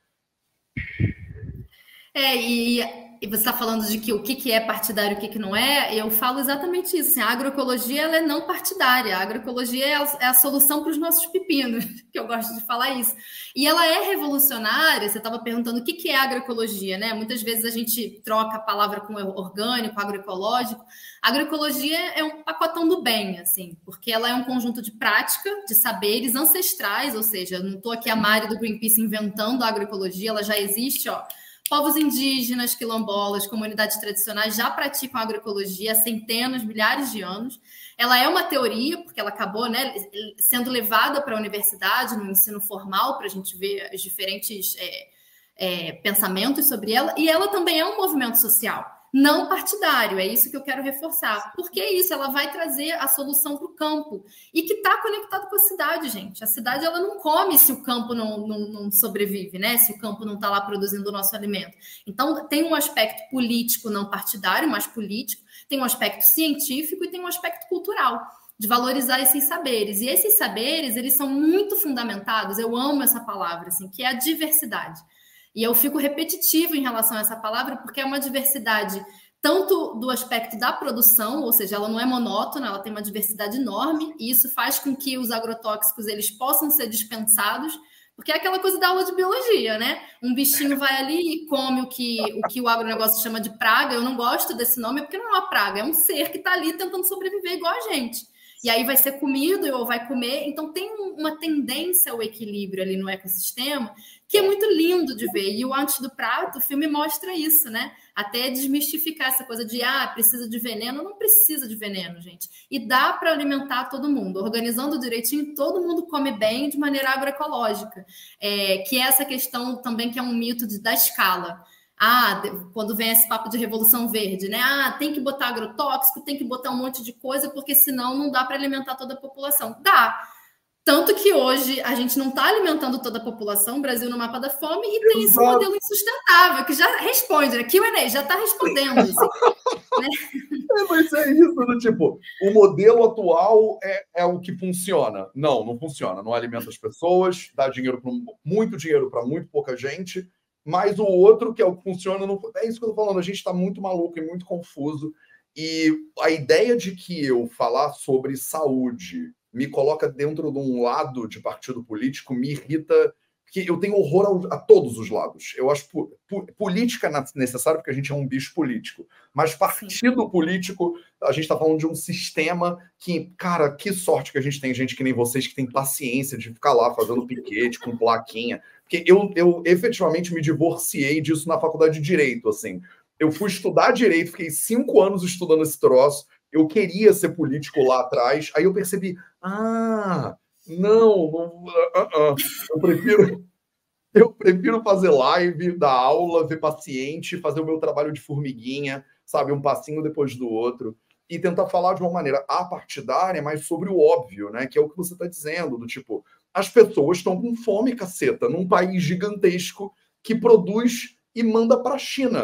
É, e, e você está falando de que o que, que é partidário e o que, que não é, eu falo exatamente isso. Assim, a agroecologia ela é não partidária, a agroecologia é a, é a solução para os nossos pepinos, que eu gosto de falar isso. E ela é revolucionária, você estava perguntando o que, que é agroecologia, né? Muitas vezes a gente troca a palavra com orgânico, agroecológico. A agroecologia é um pacotão do bem, assim, porque ela é um conjunto de prática, de saberes ancestrais, ou seja, não estou aqui a Mari do Greenpeace inventando a agroecologia, ela já existe, ó. Povos indígenas, quilombolas, comunidades tradicionais já praticam agroecologia há centenas, milhares de anos. Ela é uma teoria, porque ela acabou, né, sendo levada para a universidade, no ensino formal, para a gente ver os diferentes é, é, pensamentos sobre ela. E ela também é um movimento social, não partidário. É isso que eu quero reforçar. Porque é isso, ela vai trazer a solução para o campo. E que está conectado com a cidade, gente. A cidade ela não come se o campo não, não, não sobrevive, né? Se o campo não está lá produzindo o nosso alimento. Então, tem um aspecto político, não partidário, mas político. Tem um aspecto científico e tem um aspecto cultural, de valorizar esses saberes. E esses saberes, eles são muito fundamentados, eu amo essa palavra, assim, que é a diversidade. E eu fico repetitivo em relação a essa palavra, porque é uma diversidade tanto do aspecto da produção, ou seja, ela não é monótona, ela tem uma diversidade enorme, e isso faz com que os agrotóxicos eles possam ser dispensados, porque é aquela coisa da aula de biologia, né? Um bichinho vai ali e come o que o, que o agronegócio chama de praga. Eu não gosto desse nome, porque não é uma praga, é um ser que está ali tentando sobreviver igual a gente. E aí vai ser comido ou vai comer. Então tem uma tendência ao equilíbrio ali no ecossistema que é muito lindo de ver. E o Antes do Prato, o filme mostra isso, né? Até desmistificar essa coisa de, ah, precisa de veneno. Não precisa de veneno, gente. E dá para alimentar todo mundo. Organizando direitinho, todo mundo come bem de maneira agroecológica. É, que é essa questão também que é um mito de, da escala. Ah, quando vem esse papo de revolução verde, né? Ah, tem que botar agrotóxico, tem que botar um monte de coisa, porque senão não dá para alimentar toda a população. Dá. Tanto que hoje a gente não está alimentando toda a população, o Brasil no mapa da fome, e tem esse modelo insustentável, que já responde, né? Q and A já está respondendo. Assim, né? É, mas é isso, do tipo, o modelo atual é, é o que funciona. Não, não funciona. Não alimenta as pessoas, dá dinheiro pra, muito dinheiro para muito pouca gente, mas o outro, que é o que funciona, não, é isso que eu estou falando, a gente está muito maluco e muito confuso. E a ideia de que eu falar sobre saúde me coloca dentro de um lado de partido político me irrita, que eu tenho horror a, a todos os lados. Eu acho po, po, política necessária porque a gente é um bicho político, mas partido Sim. político, a gente está falando de um sistema que, cara, que sorte que a gente tem gente que nem vocês que tem paciência de ficar lá fazendo piquete com plaquinha, porque eu, eu efetivamente me divorciei disso na faculdade de Direito, assim. Eu fui estudar Direito, fiquei cinco anos estudando esse troço, eu queria ser político lá atrás, aí eu percebi, ah, não, não uh, uh, eu prefiro eu prefiro fazer live, dar aula, ver paciente, fazer o meu trabalho de formiguinha, sabe, um passinho depois do outro, e tentar falar de uma maneira apartidária, mas sobre o óbvio, né, que é o que você está dizendo, do tipo, as pessoas estão com fome, caceta, num país gigantesco que produz e manda para a China.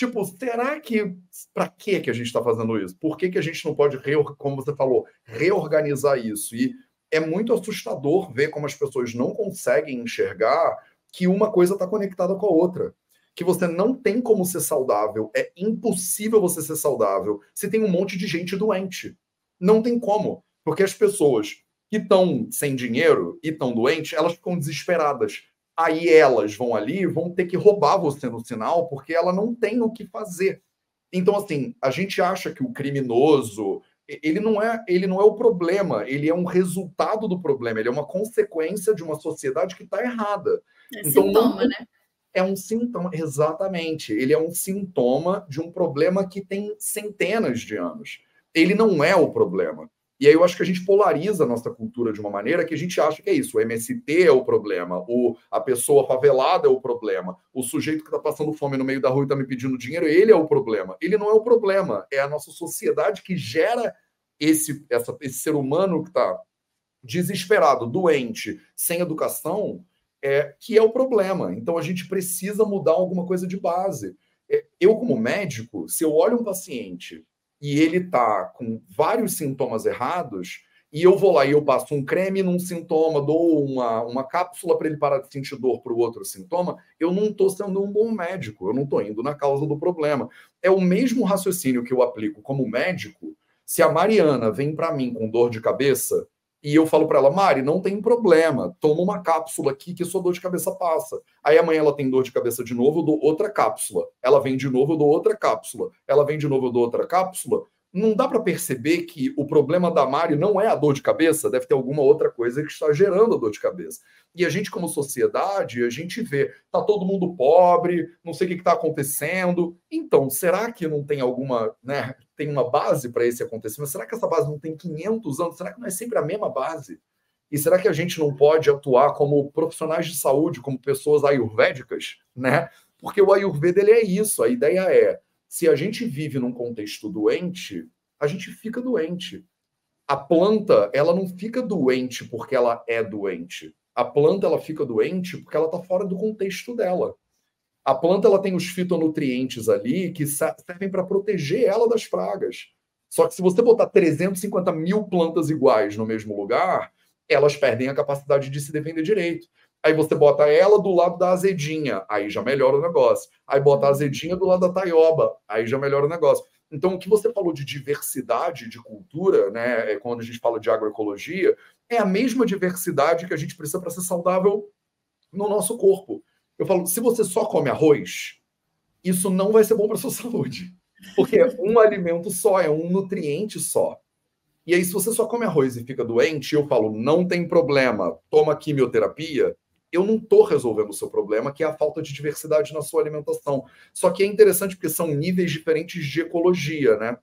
Tipo, será que... Para que que a gente está fazendo isso? Por que que a gente não pode, reor- como você falou, reorganizar isso? E é muito assustador ver como as pessoas não conseguem enxergar que uma coisa está conectada com a outra. Que você não tem como ser saudável. É impossível você ser saudável se tem um monte de gente doente. Não tem como. Porque as pessoas que estão sem dinheiro e estão doentes, elas ficam desesperadas. Aí elas vão ali e vão ter que roubar você no sinal, porque ela não tem o que fazer. Então, assim, a gente acha que o criminoso, ele não é, ele não é o problema, ele é um resultado do problema, ele é uma consequência de uma sociedade que está errada. É Então, não sintoma, né? é um sintoma, exatamente. Ele é um sintoma de um problema que tem centenas de anos. Ele não é o problema. E aí eu acho que a gente polariza a nossa cultura de uma maneira que a gente acha que é isso. O M S T é o problema, o, a pessoa favelada é o problema, o sujeito que está passando fome no meio da rua e está me pedindo dinheiro, ele é o problema. Ele não é o problema, é a nossa sociedade que gera esse, essa, esse ser humano que está desesperado, doente, sem educação, é, que é o problema. Então, a gente precisa mudar alguma coisa de base. É, eu, como médico, se eu olho um paciente e ele está com vários sintomas errados, e eu vou lá e eu passo um creme num sintoma, dou uma, uma cápsula para ele parar de sentir dor para o outro sintoma, eu não estou sendo um bom médico, eu não estou indo na causa do problema. É o mesmo raciocínio que eu aplico como médico. Se a Mariana vem para mim com dor de cabeça, e eu falo para ela, Mari, não tem problema, toma uma cápsula aqui que sua dor de cabeça passa. Aí amanhã ela tem dor de cabeça de novo, eu dou outra cápsula. Ela vem de novo, eu dou outra cápsula. Ela vem de novo, eu dou outra cápsula. Não dá para perceber que o problema da Mari não é a dor de cabeça, deve ter alguma outra coisa que está gerando a dor de cabeça. E a gente, como sociedade, a gente vê, tá todo mundo pobre, não sei o que está acontecendo. Então, será que não tem alguma, né, tem uma base para esse acontecimento? Será que essa base não tem quinhentos anos? Será que não é sempre a mesma base? E será que a gente não pode atuar como profissionais de saúde, como pessoas ayurvédicas, né? Porque o Ayurveda, ele é isso, a ideia é, se a gente vive num contexto doente, a gente fica doente. A planta, ela não fica doente porque ela é doente. A planta, ela fica doente porque ela está fora do contexto dela. A planta, ela tem os fitonutrientes ali que servem para proteger ela das pragas. Só que se você botar trezentos e cinquenta mil plantas iguais no mesmo lugar, elas perdem a capacidade de se defender direito. Aí você bota ela do lado da azedinha, aí já melhora o negócio. Aí bota a azedinha do lado da taioba, aí já melhora o negócio. Então, o que você falou de diversidade de cultura, né, quando a gente fala de agroecologia, é a mesma diversidade que a gente precisa para ser saudável no nosso corpo. Eu falo, se você só come arroz, isso não vai ser bom para a sua saúde. Porque é um alimento só, é um nutriente só. E aí, se você só come arroz e fica doente, eu falo, não tem problema, toma quimioterapia, eu não estou resolvendo o seu problema, que é a falta de diversidade na sua alimentação. Só que é interessante porque são níveis diferentes de ecologia, né?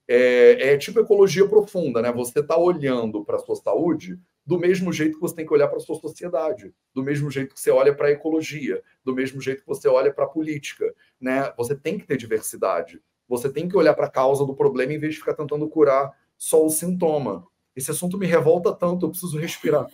É, é tipo ecologia profunda, né? Você está olhando para a sua saúde do mesmo jeito que você tem que olhar para a sua sociedade, do mesmo jeito que você olha para a ecologia, do mesmo jeito que você olha para a política, né? Você tem que ter diversidade. Você tem que olhar para a causa do problema em vez de ficar tentando curar só o sintoma. Esse assunto me revolta tanto, eu preciso respirar.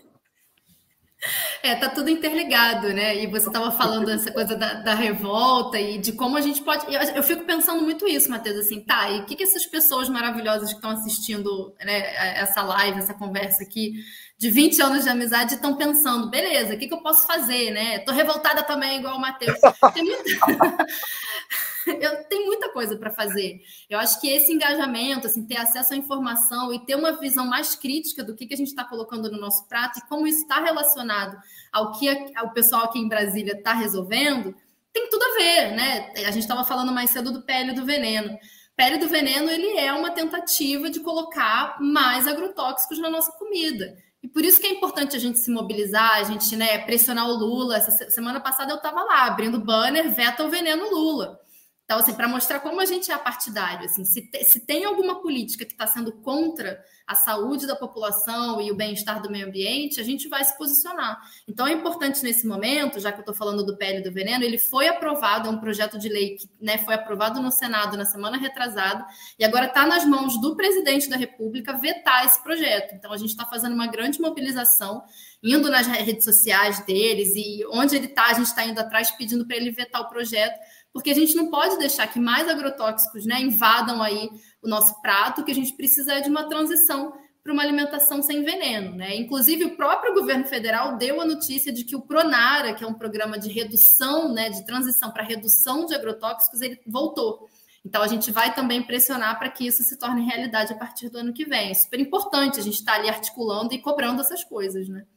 É, tá tudo interligado, né? E você estava falando essa coisa da, da revolta e de como a gente pode. Eu, eu fico pensando muito isso, Matheus, assim, tá, e o que, que essas pessoas maravilhosas que estão assistindo, né, essa live, essa conversa aqui, de vinte anos de amizade, estão pensando, beleza, o que, que eu posso fazer, né? Tô revoltada também, igual o Matheus. Tem muita... Eu tenho muita coisa para fazer. Eu acho que esse engajamento, assim, ter acesso à informação e ter uma visão mais crítica do que, que a gente está colocando no nosso prato e como isso está relacionado ao que a, o pessoal aqui em Brasília está resolvendo, tem tudo a ver, né? A gente estava falando mais cedo do pele do veneno. Pele do veneno, ele é uma tentativa de colocar mais agrotóxicos na nossa comida. E por isso que é importante a gente se mobilizar, a gente, né, pressionar o Lula. Essa semana passada eu estava lá, abrindo banner, veta o veneno Lula. Então, assim, para mostrar como a gente é partidário, assim, se, te, se tem alguma política que está sendo contra a saúde da população e o bem-estar do meio ambiente, a gente vai se posicionar. Então, é importante nesse momento, já que eu estou falando do pele do veneno, ele foi aprovado, é um projeto de lei que, né, foi aprovado no Senado na semana retrasada, e agora está nas mãos do presidente da República vetar esse projeto. Então, a gente está fazendo uma grande mobilização, indo nas redes sociais deles, e onde ele está, a gente está indo atrás pedindo para ele vetar o projeto, porque a gente não pode deixar que mais agrotóxicos, né, invadam aí o nosso prato, que a gente precisa é de uma transição para uma alimentação sem veneno, né? Inclusive, o próprio governo federal deu a notícia de que o Pronara, que é um programa de redução, né, de transição para redução de agrotóxicos, ele voltou. Então, a gente vai também pressionar para que isso se torne realidade a partir do ano que vem. É super importante a gente estar ali articulando e cobrando essas coisas, né?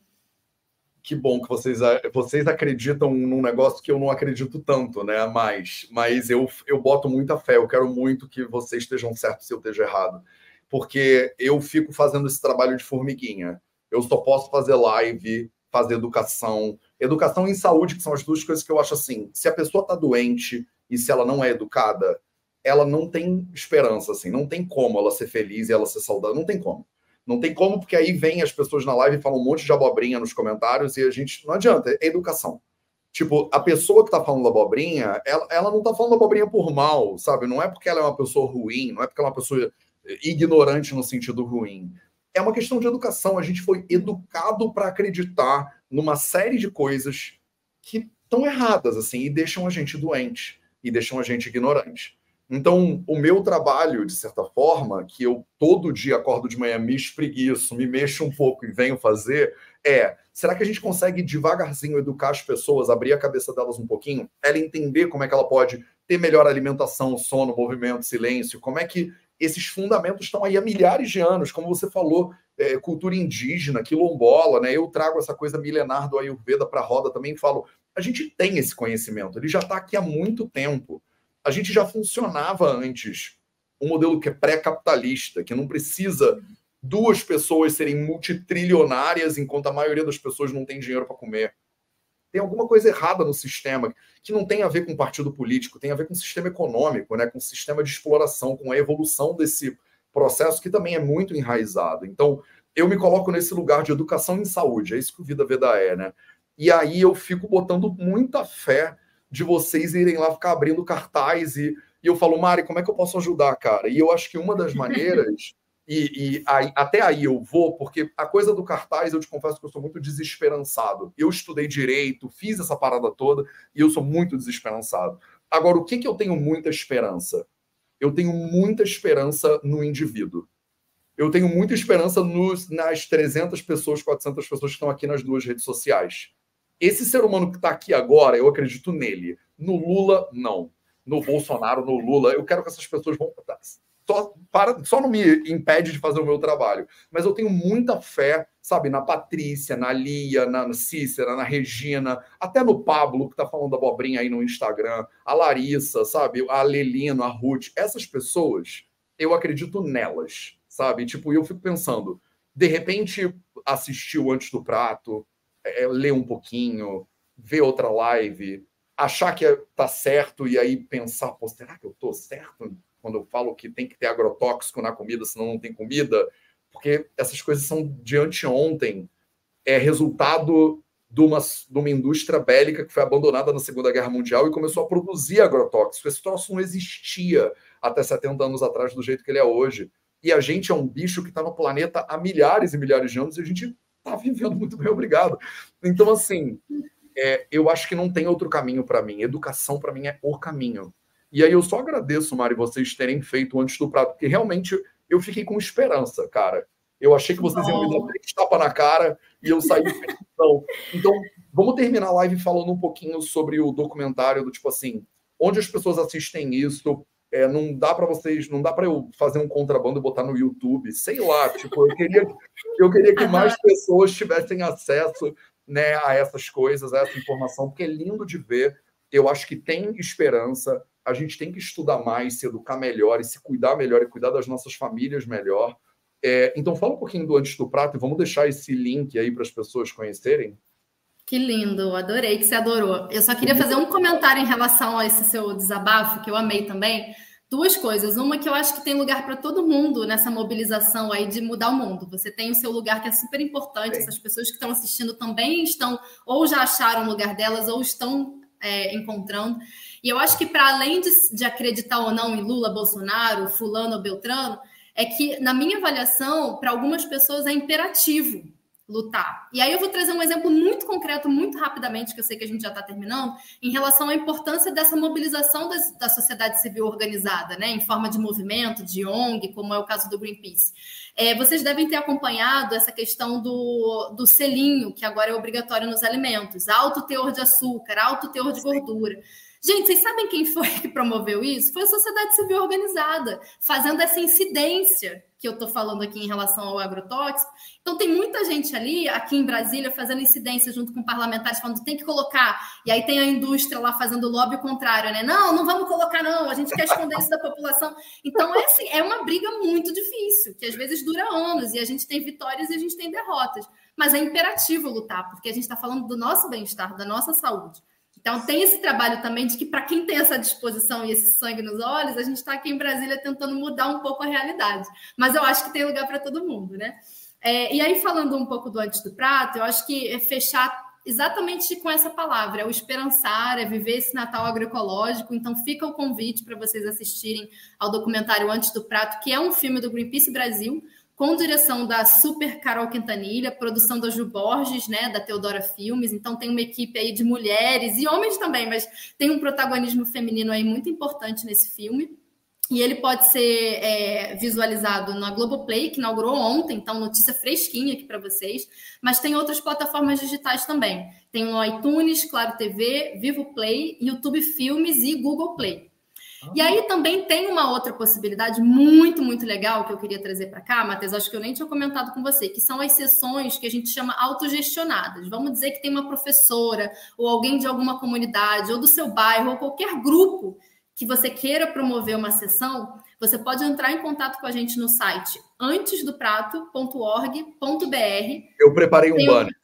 Que bom que vocês, vocês acreditam num negócio que eu não acredito tanto, né? Mas, mas eu, eu boto muita fé, eu quero muito que vocês estejam certos se eu esteja errado. Porque eu fico fazendo esse trabalho de formiguinha. Eu só posso fazer live, fazer educação. Educação e saúde, que são as duas coisas que eu acho assim, se a pessoa está doente e se ela não é educada, ela não tem esperança, assim, não tem como ela ser feliz e ela ser saudável, não tem como. Não tem como, porque aí vem as pessoas na live e falam um monte de abobrinha nos comentários e a gente, não adianta, é educação. Tipo, a pessoa que tá falando abobrinha, ela, ela não tá falando abobrinha por mal, sabe? Não é porque ela é uma pessoa ruim, não é porque ela é uma pessoa ignorante no sentido ruim. É uma questão de educação. A gente foi educado para acreditar numa série de coisas que estão erradas, assim, e deixam a gente doente, e deixam a gente ignorante. Então, o meu trabalho, de certa forma, que eu todo dia acordo de manhã, me espreguiço, me mexo um pouco e venho fazer, é, será que a gente consegue devagarzinho educar as pessoas, abrir a cabeça delas um pouquinho, ela entender como é que ela pode ter melhor alimentação, sono, movimento, silêncio, como é que esses fundamentos estão aí há milhares de anos, como você falou, é, cultura indígena, quilombola, né? Eu trago essa coisa milenar do Ayurveda para a roda também e falo, a gente tem esse conhecimento, ele já está aqui há muito tempo. A gente já funcionava antes um modelo que é pré-capitalista, que não precisa duas pessoas serem multitrilionárias enquanto a maioria das pessoas não tem dinheiro para comer. Tem alguma coisa errada no sistema que não tem a ver com partido político, tem a ver com o sistema econômico, né, com o sistema de exploração, com a evolução desse processo que também é muito enraizado. Então, eu me coloco nesse lugar de educação em saúde, é isso que o Vida Veda é, né? E aí eu fico botando muita fé de vocês irem lá ficar abrindo cartaz e, e eu falo, Mari, como é que eu posso ajudar, cara? E eu acho que uma das maneiras, e, e aí, até aí eu vou, porque a coisa do cartaz, eu te confesso que eu sou muito desesperançado. Eu estudei direito, fiz essa parada toda, e eu sou muito desesperançado. Agora, o que, que eu tenho muita esperança? Eu tenho muita esperança no indivíduo. Eu tenho muita esperança nos, nas trezentas pessoas, quatrocentas pessoas que estão aqui nas duas redes sociais. Esse ser humano que está aqui agora, eu acredito nele. No Lula, não. No Bolsonaro, no Lula, eu quero que essas pessoas vão... Só, para, só não me impede de fazer o meu trabalho. Mas eu tenho muita fé, sabe, na Patrícia, na Lia, na Cícera, na Regina, até no Pablo, que está falando abobrinha aí no Instagram, a Larissa, sabe, a Lelino, a Ruth. Essas pessoas, eu acredito nelas, sabe? Tipo, eu fico pensando, de repente, assistiu Antes do Prato, É, ler um pouquinho, ver outra live, achar que tá certo e aí pensar, pô, será que eu tô certo quando eu falo que tem que ter agrotóxico na comida, senão não tem comida? Porque essas coisas são de anteontem, é resultado de uma, de uma indústria bélica que foi abandonada na Segunda Guerra Mundial e começou a produzir agrotóxico. Esse troço não existia até setenta anos atrás do jeito que ele é hoje. E a gente é um bicho que está no planeta há milhares e milhares de anos e a gente tá vivendo muito bem, obrigado. Então, assim, é, eu acho que não tem outro caminho para mim. Educação, para mim, é o caminho. E aí eu só agradeço, Mari, vocês terem feito Antes do Prato, porque realmente eu fiquei com esperança, cara. Eu achei que vocês iam me dar três tapas na cara e eu saí feliz. Então, vamos terminar a live falando um pouquinho sobre o documentário do tipo assim, onde as pessoas assistem isso. É, não dá para vocês, não dá para eu fazer um contrabando e botar no YouTube, sei lá, tipo, eu queria, eu queria que mais pessoas tivessem acesso, né, a essas coisas, a essa informação, porque é lindo de ver. Eu acho que tem esperança, a gente tem que estudar mais, se educar melhor e se cuidar melhor e cuidar das nossas famílias melhor. É, então, fala um pouquinho do Antes do Prato e vamos deixar esse link aí para as pessoas conhecerem. Que lindo, adorei que você adorou. Eu só queria fazer um comentário em relação a esse seu desabafo, que eu amei também. Duas coisas. Uma, que eu acho que tem lugar para todo mundo nessa mobilização aí de mudar o mundo. Você tem o seu lugar que é super importante. Sim. Essas pessoas que estão assistindo também estão, ou já acharam o lugar delas, ou estão é, encontrando. E eu acho que para além de, de acreditar ou não em Lula, Bolsonaro, fulano ou Beltrano, é que, na minha avaliação, para algumas pessoas é imperativo lutar. E aí eu vou trazer um exemplo muito concreto, muito rapidamente, que eu sei que a gente já está terminando, em relação à importância dessa mobilização das, da sociedade civil organizada, né, em forma de movimento, de O N G, como é o caso do Greenpeace. É, vocês devem ter acompanhado essa questão do, do selinho, que agora é obrigatório nos alimentos, alto teor de açúcar, alto teor de gordura. Gente, vocês sabem quem foi que promoveu isso? Foi a sociedade civil organizada, fazendo essa incidência que eu estou falando aqui em relação ao agrotóxico. Então, tem muita gente ali, aqui em Brasília, fazendo incidência junto com parlamentares, falando tem que colocar. E aí tem a indústria lá fazendo lobby contrário, né? Não, não vamos colocar, não. A gente quer esconder isso da população. Então, é, assim, é uma briga muito difícil, que às vezes dura anos, e a gente tem vitórias e a gente tem derrotas. Mas é imperativo lutar, porque a gente está falando do nosso bem-estar, da nossa saúde. Então, tem esse trabalho também de que, para quem tem essa disposição e esse sangue nos olhos, a gente está aqui em Brasília tentando mudar um pouco a realidade. Mas eu acho que tem lugar para todo mundo, né? É, e aí, falando um pouco do Antes do Prato, eu acho que é fechar exatamente com essa palavra, é o esperançar, é viver esse Natal agroecológico. Então, fica o convite para vocês assistirem ao documentário Antes do Prato, que é um filme do Greenpeace Brasil, com direção da super Carol Quintanilha, produção da Ju Borges, né, da Teodora Filmes. Então tem uma equipe aí de mulheres e homens também, mas tem um protagonismo feminino aí muito importante nesse filme. E ele pode ser é, visualizado na Globoplay, que inaugurou ontem, então notícia fresquinha aqui para vocês. Mas tem outras plataformas digitais também. Tem no iTunes, Claro T V, Vivo Play, YouTube Filmes e Google Play. E aí também tem uma outra possibilidade muito, muito legal que eu queria trazer para cá, Matheus, acho que eu nem tinha comentado com você, que são as sessões que a gente chama autogestionadas. Vamos dizer que tem uma professora ou alguém de alguma comunidade ou do seu bairro ou qualquer grupo que você queira promover uma sessão, você pode entrar em contato com a gente no site antes do prato ponto org ponto br. Eu preparei um tem... banner.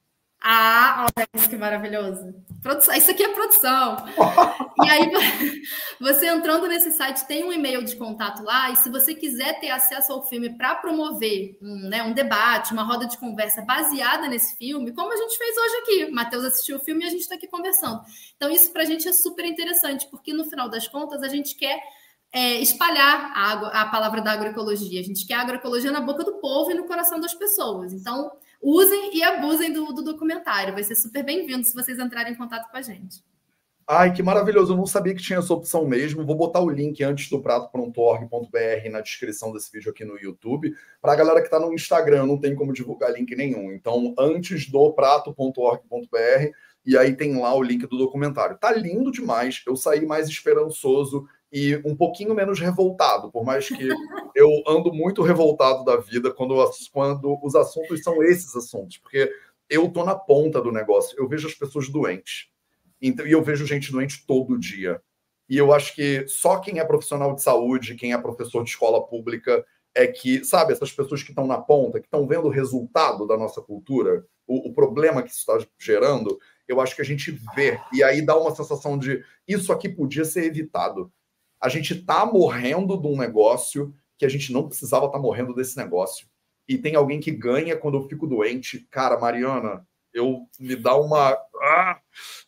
Ah, olha isso que maravilhoso. Produção, isso aqui é produção. E aí, você entrando nesse site, tem um e-mail de contato lá, e se você quiser ter acesso ao filme para promover um, né, um debate, uma roda de conversa baseada nesse filme, como a gente fez hoje aqui. O Matheus assistiu o filme e a gente está aqui conversando. Então, isso para a gente é super interessante, porque no final das contas, a gente quer é, espalhar a, agro, a palavra da agroecologia. A gente quer a agroecologia na boca do povo e no coração das pessoas. Então, usem e abusem do, do documentário. Vai ser super bem-vindo se vocês entrarem em contato com a gente. Ai, que maravilhoso. Eu não sabia que tinha essa opção mesmo. Vou botar o link antes do prato ponto org ponto br na descrição desse vídeo aqui no YouTube. Para a galera que está no Instagram, não tem como divulgar link nenhum. Então, antes do prato ponto org ponto br, e aí tem lá o link do documentário. Tá lindo demais. Eu saí mais esperançoso e um pouquinho menos revoltado, por mais que eu ando muito revoltado da vida quando, quando os assuntos são esses assuntos, porque eu tô na ponta do negócio, eu vejo as pessoas doentes, então, e eu vejo gente doente todo dia, e eu acho que só quem é profissional de saúde, quem é professor de escola pública, é que, sabe, essas pessoas que estão na ponta, que estão vendo o resultado da nossa cultura, o, o problema que isso está gerando, eu acho que a gente vê, e aí dá uma sensação de isso aqui podia ser evitado. A gente está morrendo de um negócio que a gente não precisava estar tá morrendo desse negócio. E tem alguém que ganha quando eu fico doente. Cara, Mariana, eu me dá uma... Ah!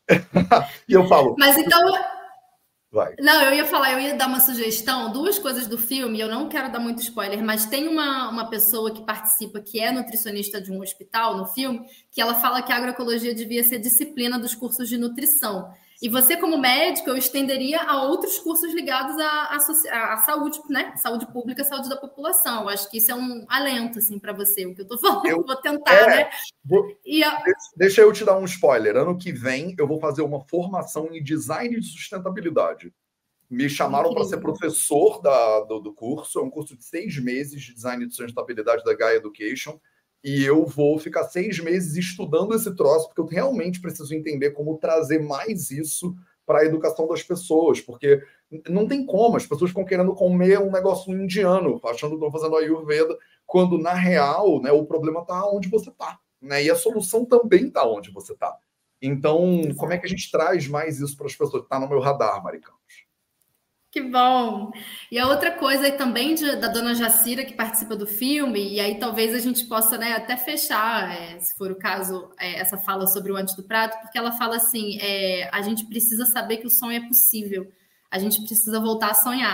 E eu falo... Mas então... Vai. Não, eu ia falar, eu ia dar uma sugestão, duas coisas do filme, eu não quero dar muito spoiler, mas tem uma, uma pessoa que participa, que é nutricionista de um hospital no filme, que ela fala que a agroecologia devia ser disciplina dos cursos de nutrição. E você, como médico, eu estenderia a outros cursos ligados à, à, à saúde, né? Saúde pública, saúde da população. Eu acho que isso é um alento, assim, para você, o que eu estou falando. Eu, vou tentar, é, né? Vou, e a... Deixa eu te dar um spoiler. Ano que vem, eu vou fazer uma formação em design de sustentabilidade. Me chamaram para ser professor da, do, do curso. É um curso de seis meses de design de sustentabilidade da Gaia Education. E eu vou ficar seis meses estudando esse troço, porque eu realmente preciso entender como trazer mais isso para a educação das pessoas, porque não tem como, as pessoas ficam querendo comer um negócio indiano, achando que estão fazendo Ayurveda, quando, na real, né, o problema está onde você está, né? E a solução também está onde você está. Então, exato. Como é que a gente traz mais isso para as pessoas? Está no meu radar, Maricanos. Que bom! E a outra coisa também de, da dona Jacira, que participa do filme, e aí talvez a gente possa, né, até fechar, é, se for o caso, é, essa fala sobre o Antes do Prato, porque ela fala assim, é, a gente precisa saber que o sonho é possível, a gente precisa voltar a sonhar.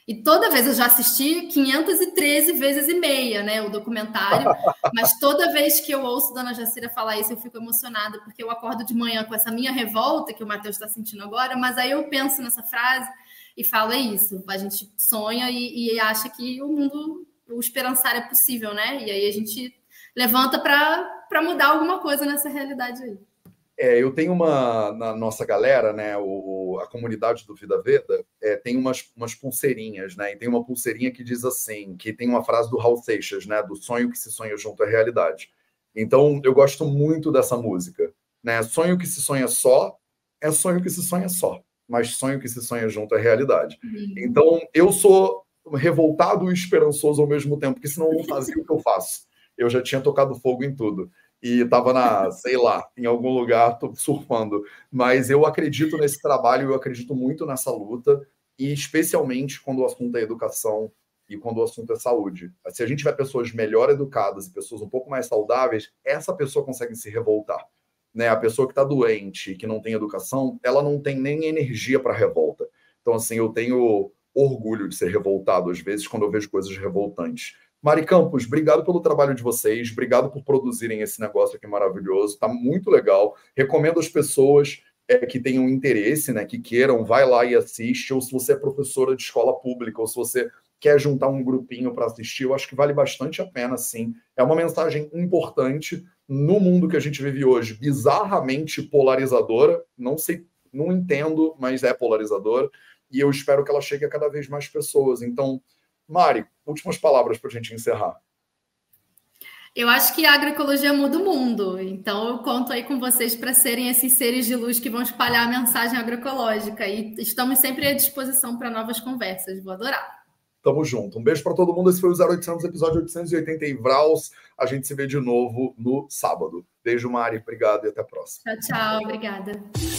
E toda vez eu já assisti quinhentas e treze vezes e meia, né, o documentário, mas toda vez que eu ouço Dona Jacira falar isso, eu fico emocionada, porque eu acordo de manhã com essa minha revolta que o Matheus está sentindo agora, mas aí eu penso nessa frase e falo, é isso, a gente sonha e, e acha que o mundo, o esperançar é possível, né? E aí a gente levanta para mudar alguma coisa nessa realidade aí. É, eu tenho uma, na nossa galera, né, o, a comunidade do Vida Veda, é, tem umas, umas pulseirinhas, né, e tem uma pulseirinha que diz assim, que tem uma frase do Raul Seixas, né, do sonho que se sonha junto à realidade. Então, eu gosto muito dessa música, né, sonho que se sonha só, é sonho que se sonha só, mas sonho que se sonha junto à realidade. Uhum. Então, eu sou revoltado e esperançoso ao mesmo tempo, porque senão eu não fazia o que eu faço. Eu já tinha tocado fogo em tudo. E estava na, sei lá, em algum lugar surfando. Mas eu acredito nesse trabalho, eu acredito muito nessa luta, e especialmente quando o assunto é educação e quando o assunto é saúde. Se a gente tiver pessoas melhor educadas e pessoas um pouco mais saudáveis, essa pessoa consegue se revoltar. Né? A pessoa que está doente, que não tem educação, ela não tem nem energia para revolta. Então, assim, eu tenho orgulho de ser revoltado, às vezes, quando eu vejo coisas revoltantes. Mari Campos, obrigado pelo trabalho de vocês, obrigado por produzirem esse negócio aqui maravilhoso, está muito legal. Recomendo às pessoas é, que tenham interesse, né, que queiram, vai lá e assiste, ou se você é professora de escola pública, ou se você quer juntar um grupinho para assistir, eu acho que vale bastante a pena, sim. É uma mensagem importante no mundo que a gente vive hoje, bizarramente polarizadora, não sei, não entendo, mas é polarizadora, e eu espero que ela chegue a cada vez mais pessoas. Então, Mari, últimas palavras para a gente encerrar. Eu acho que a agroecologia muda o mundo, então eu conto aí com vocês para serem esses seres de luz que vão espalhar a mensagem agroecológica e estamos sempre à disposição para novas conversas, vou adorar. Tamo junto. Um beijo para todo mundo, esse foi o zero oitocentos, episódio oitocentos e oitenta em Vraus, a gente se vê de novo no sábado. Beijo, Mari, obrigado e até a próxima. Tchau, tchau, obrigada.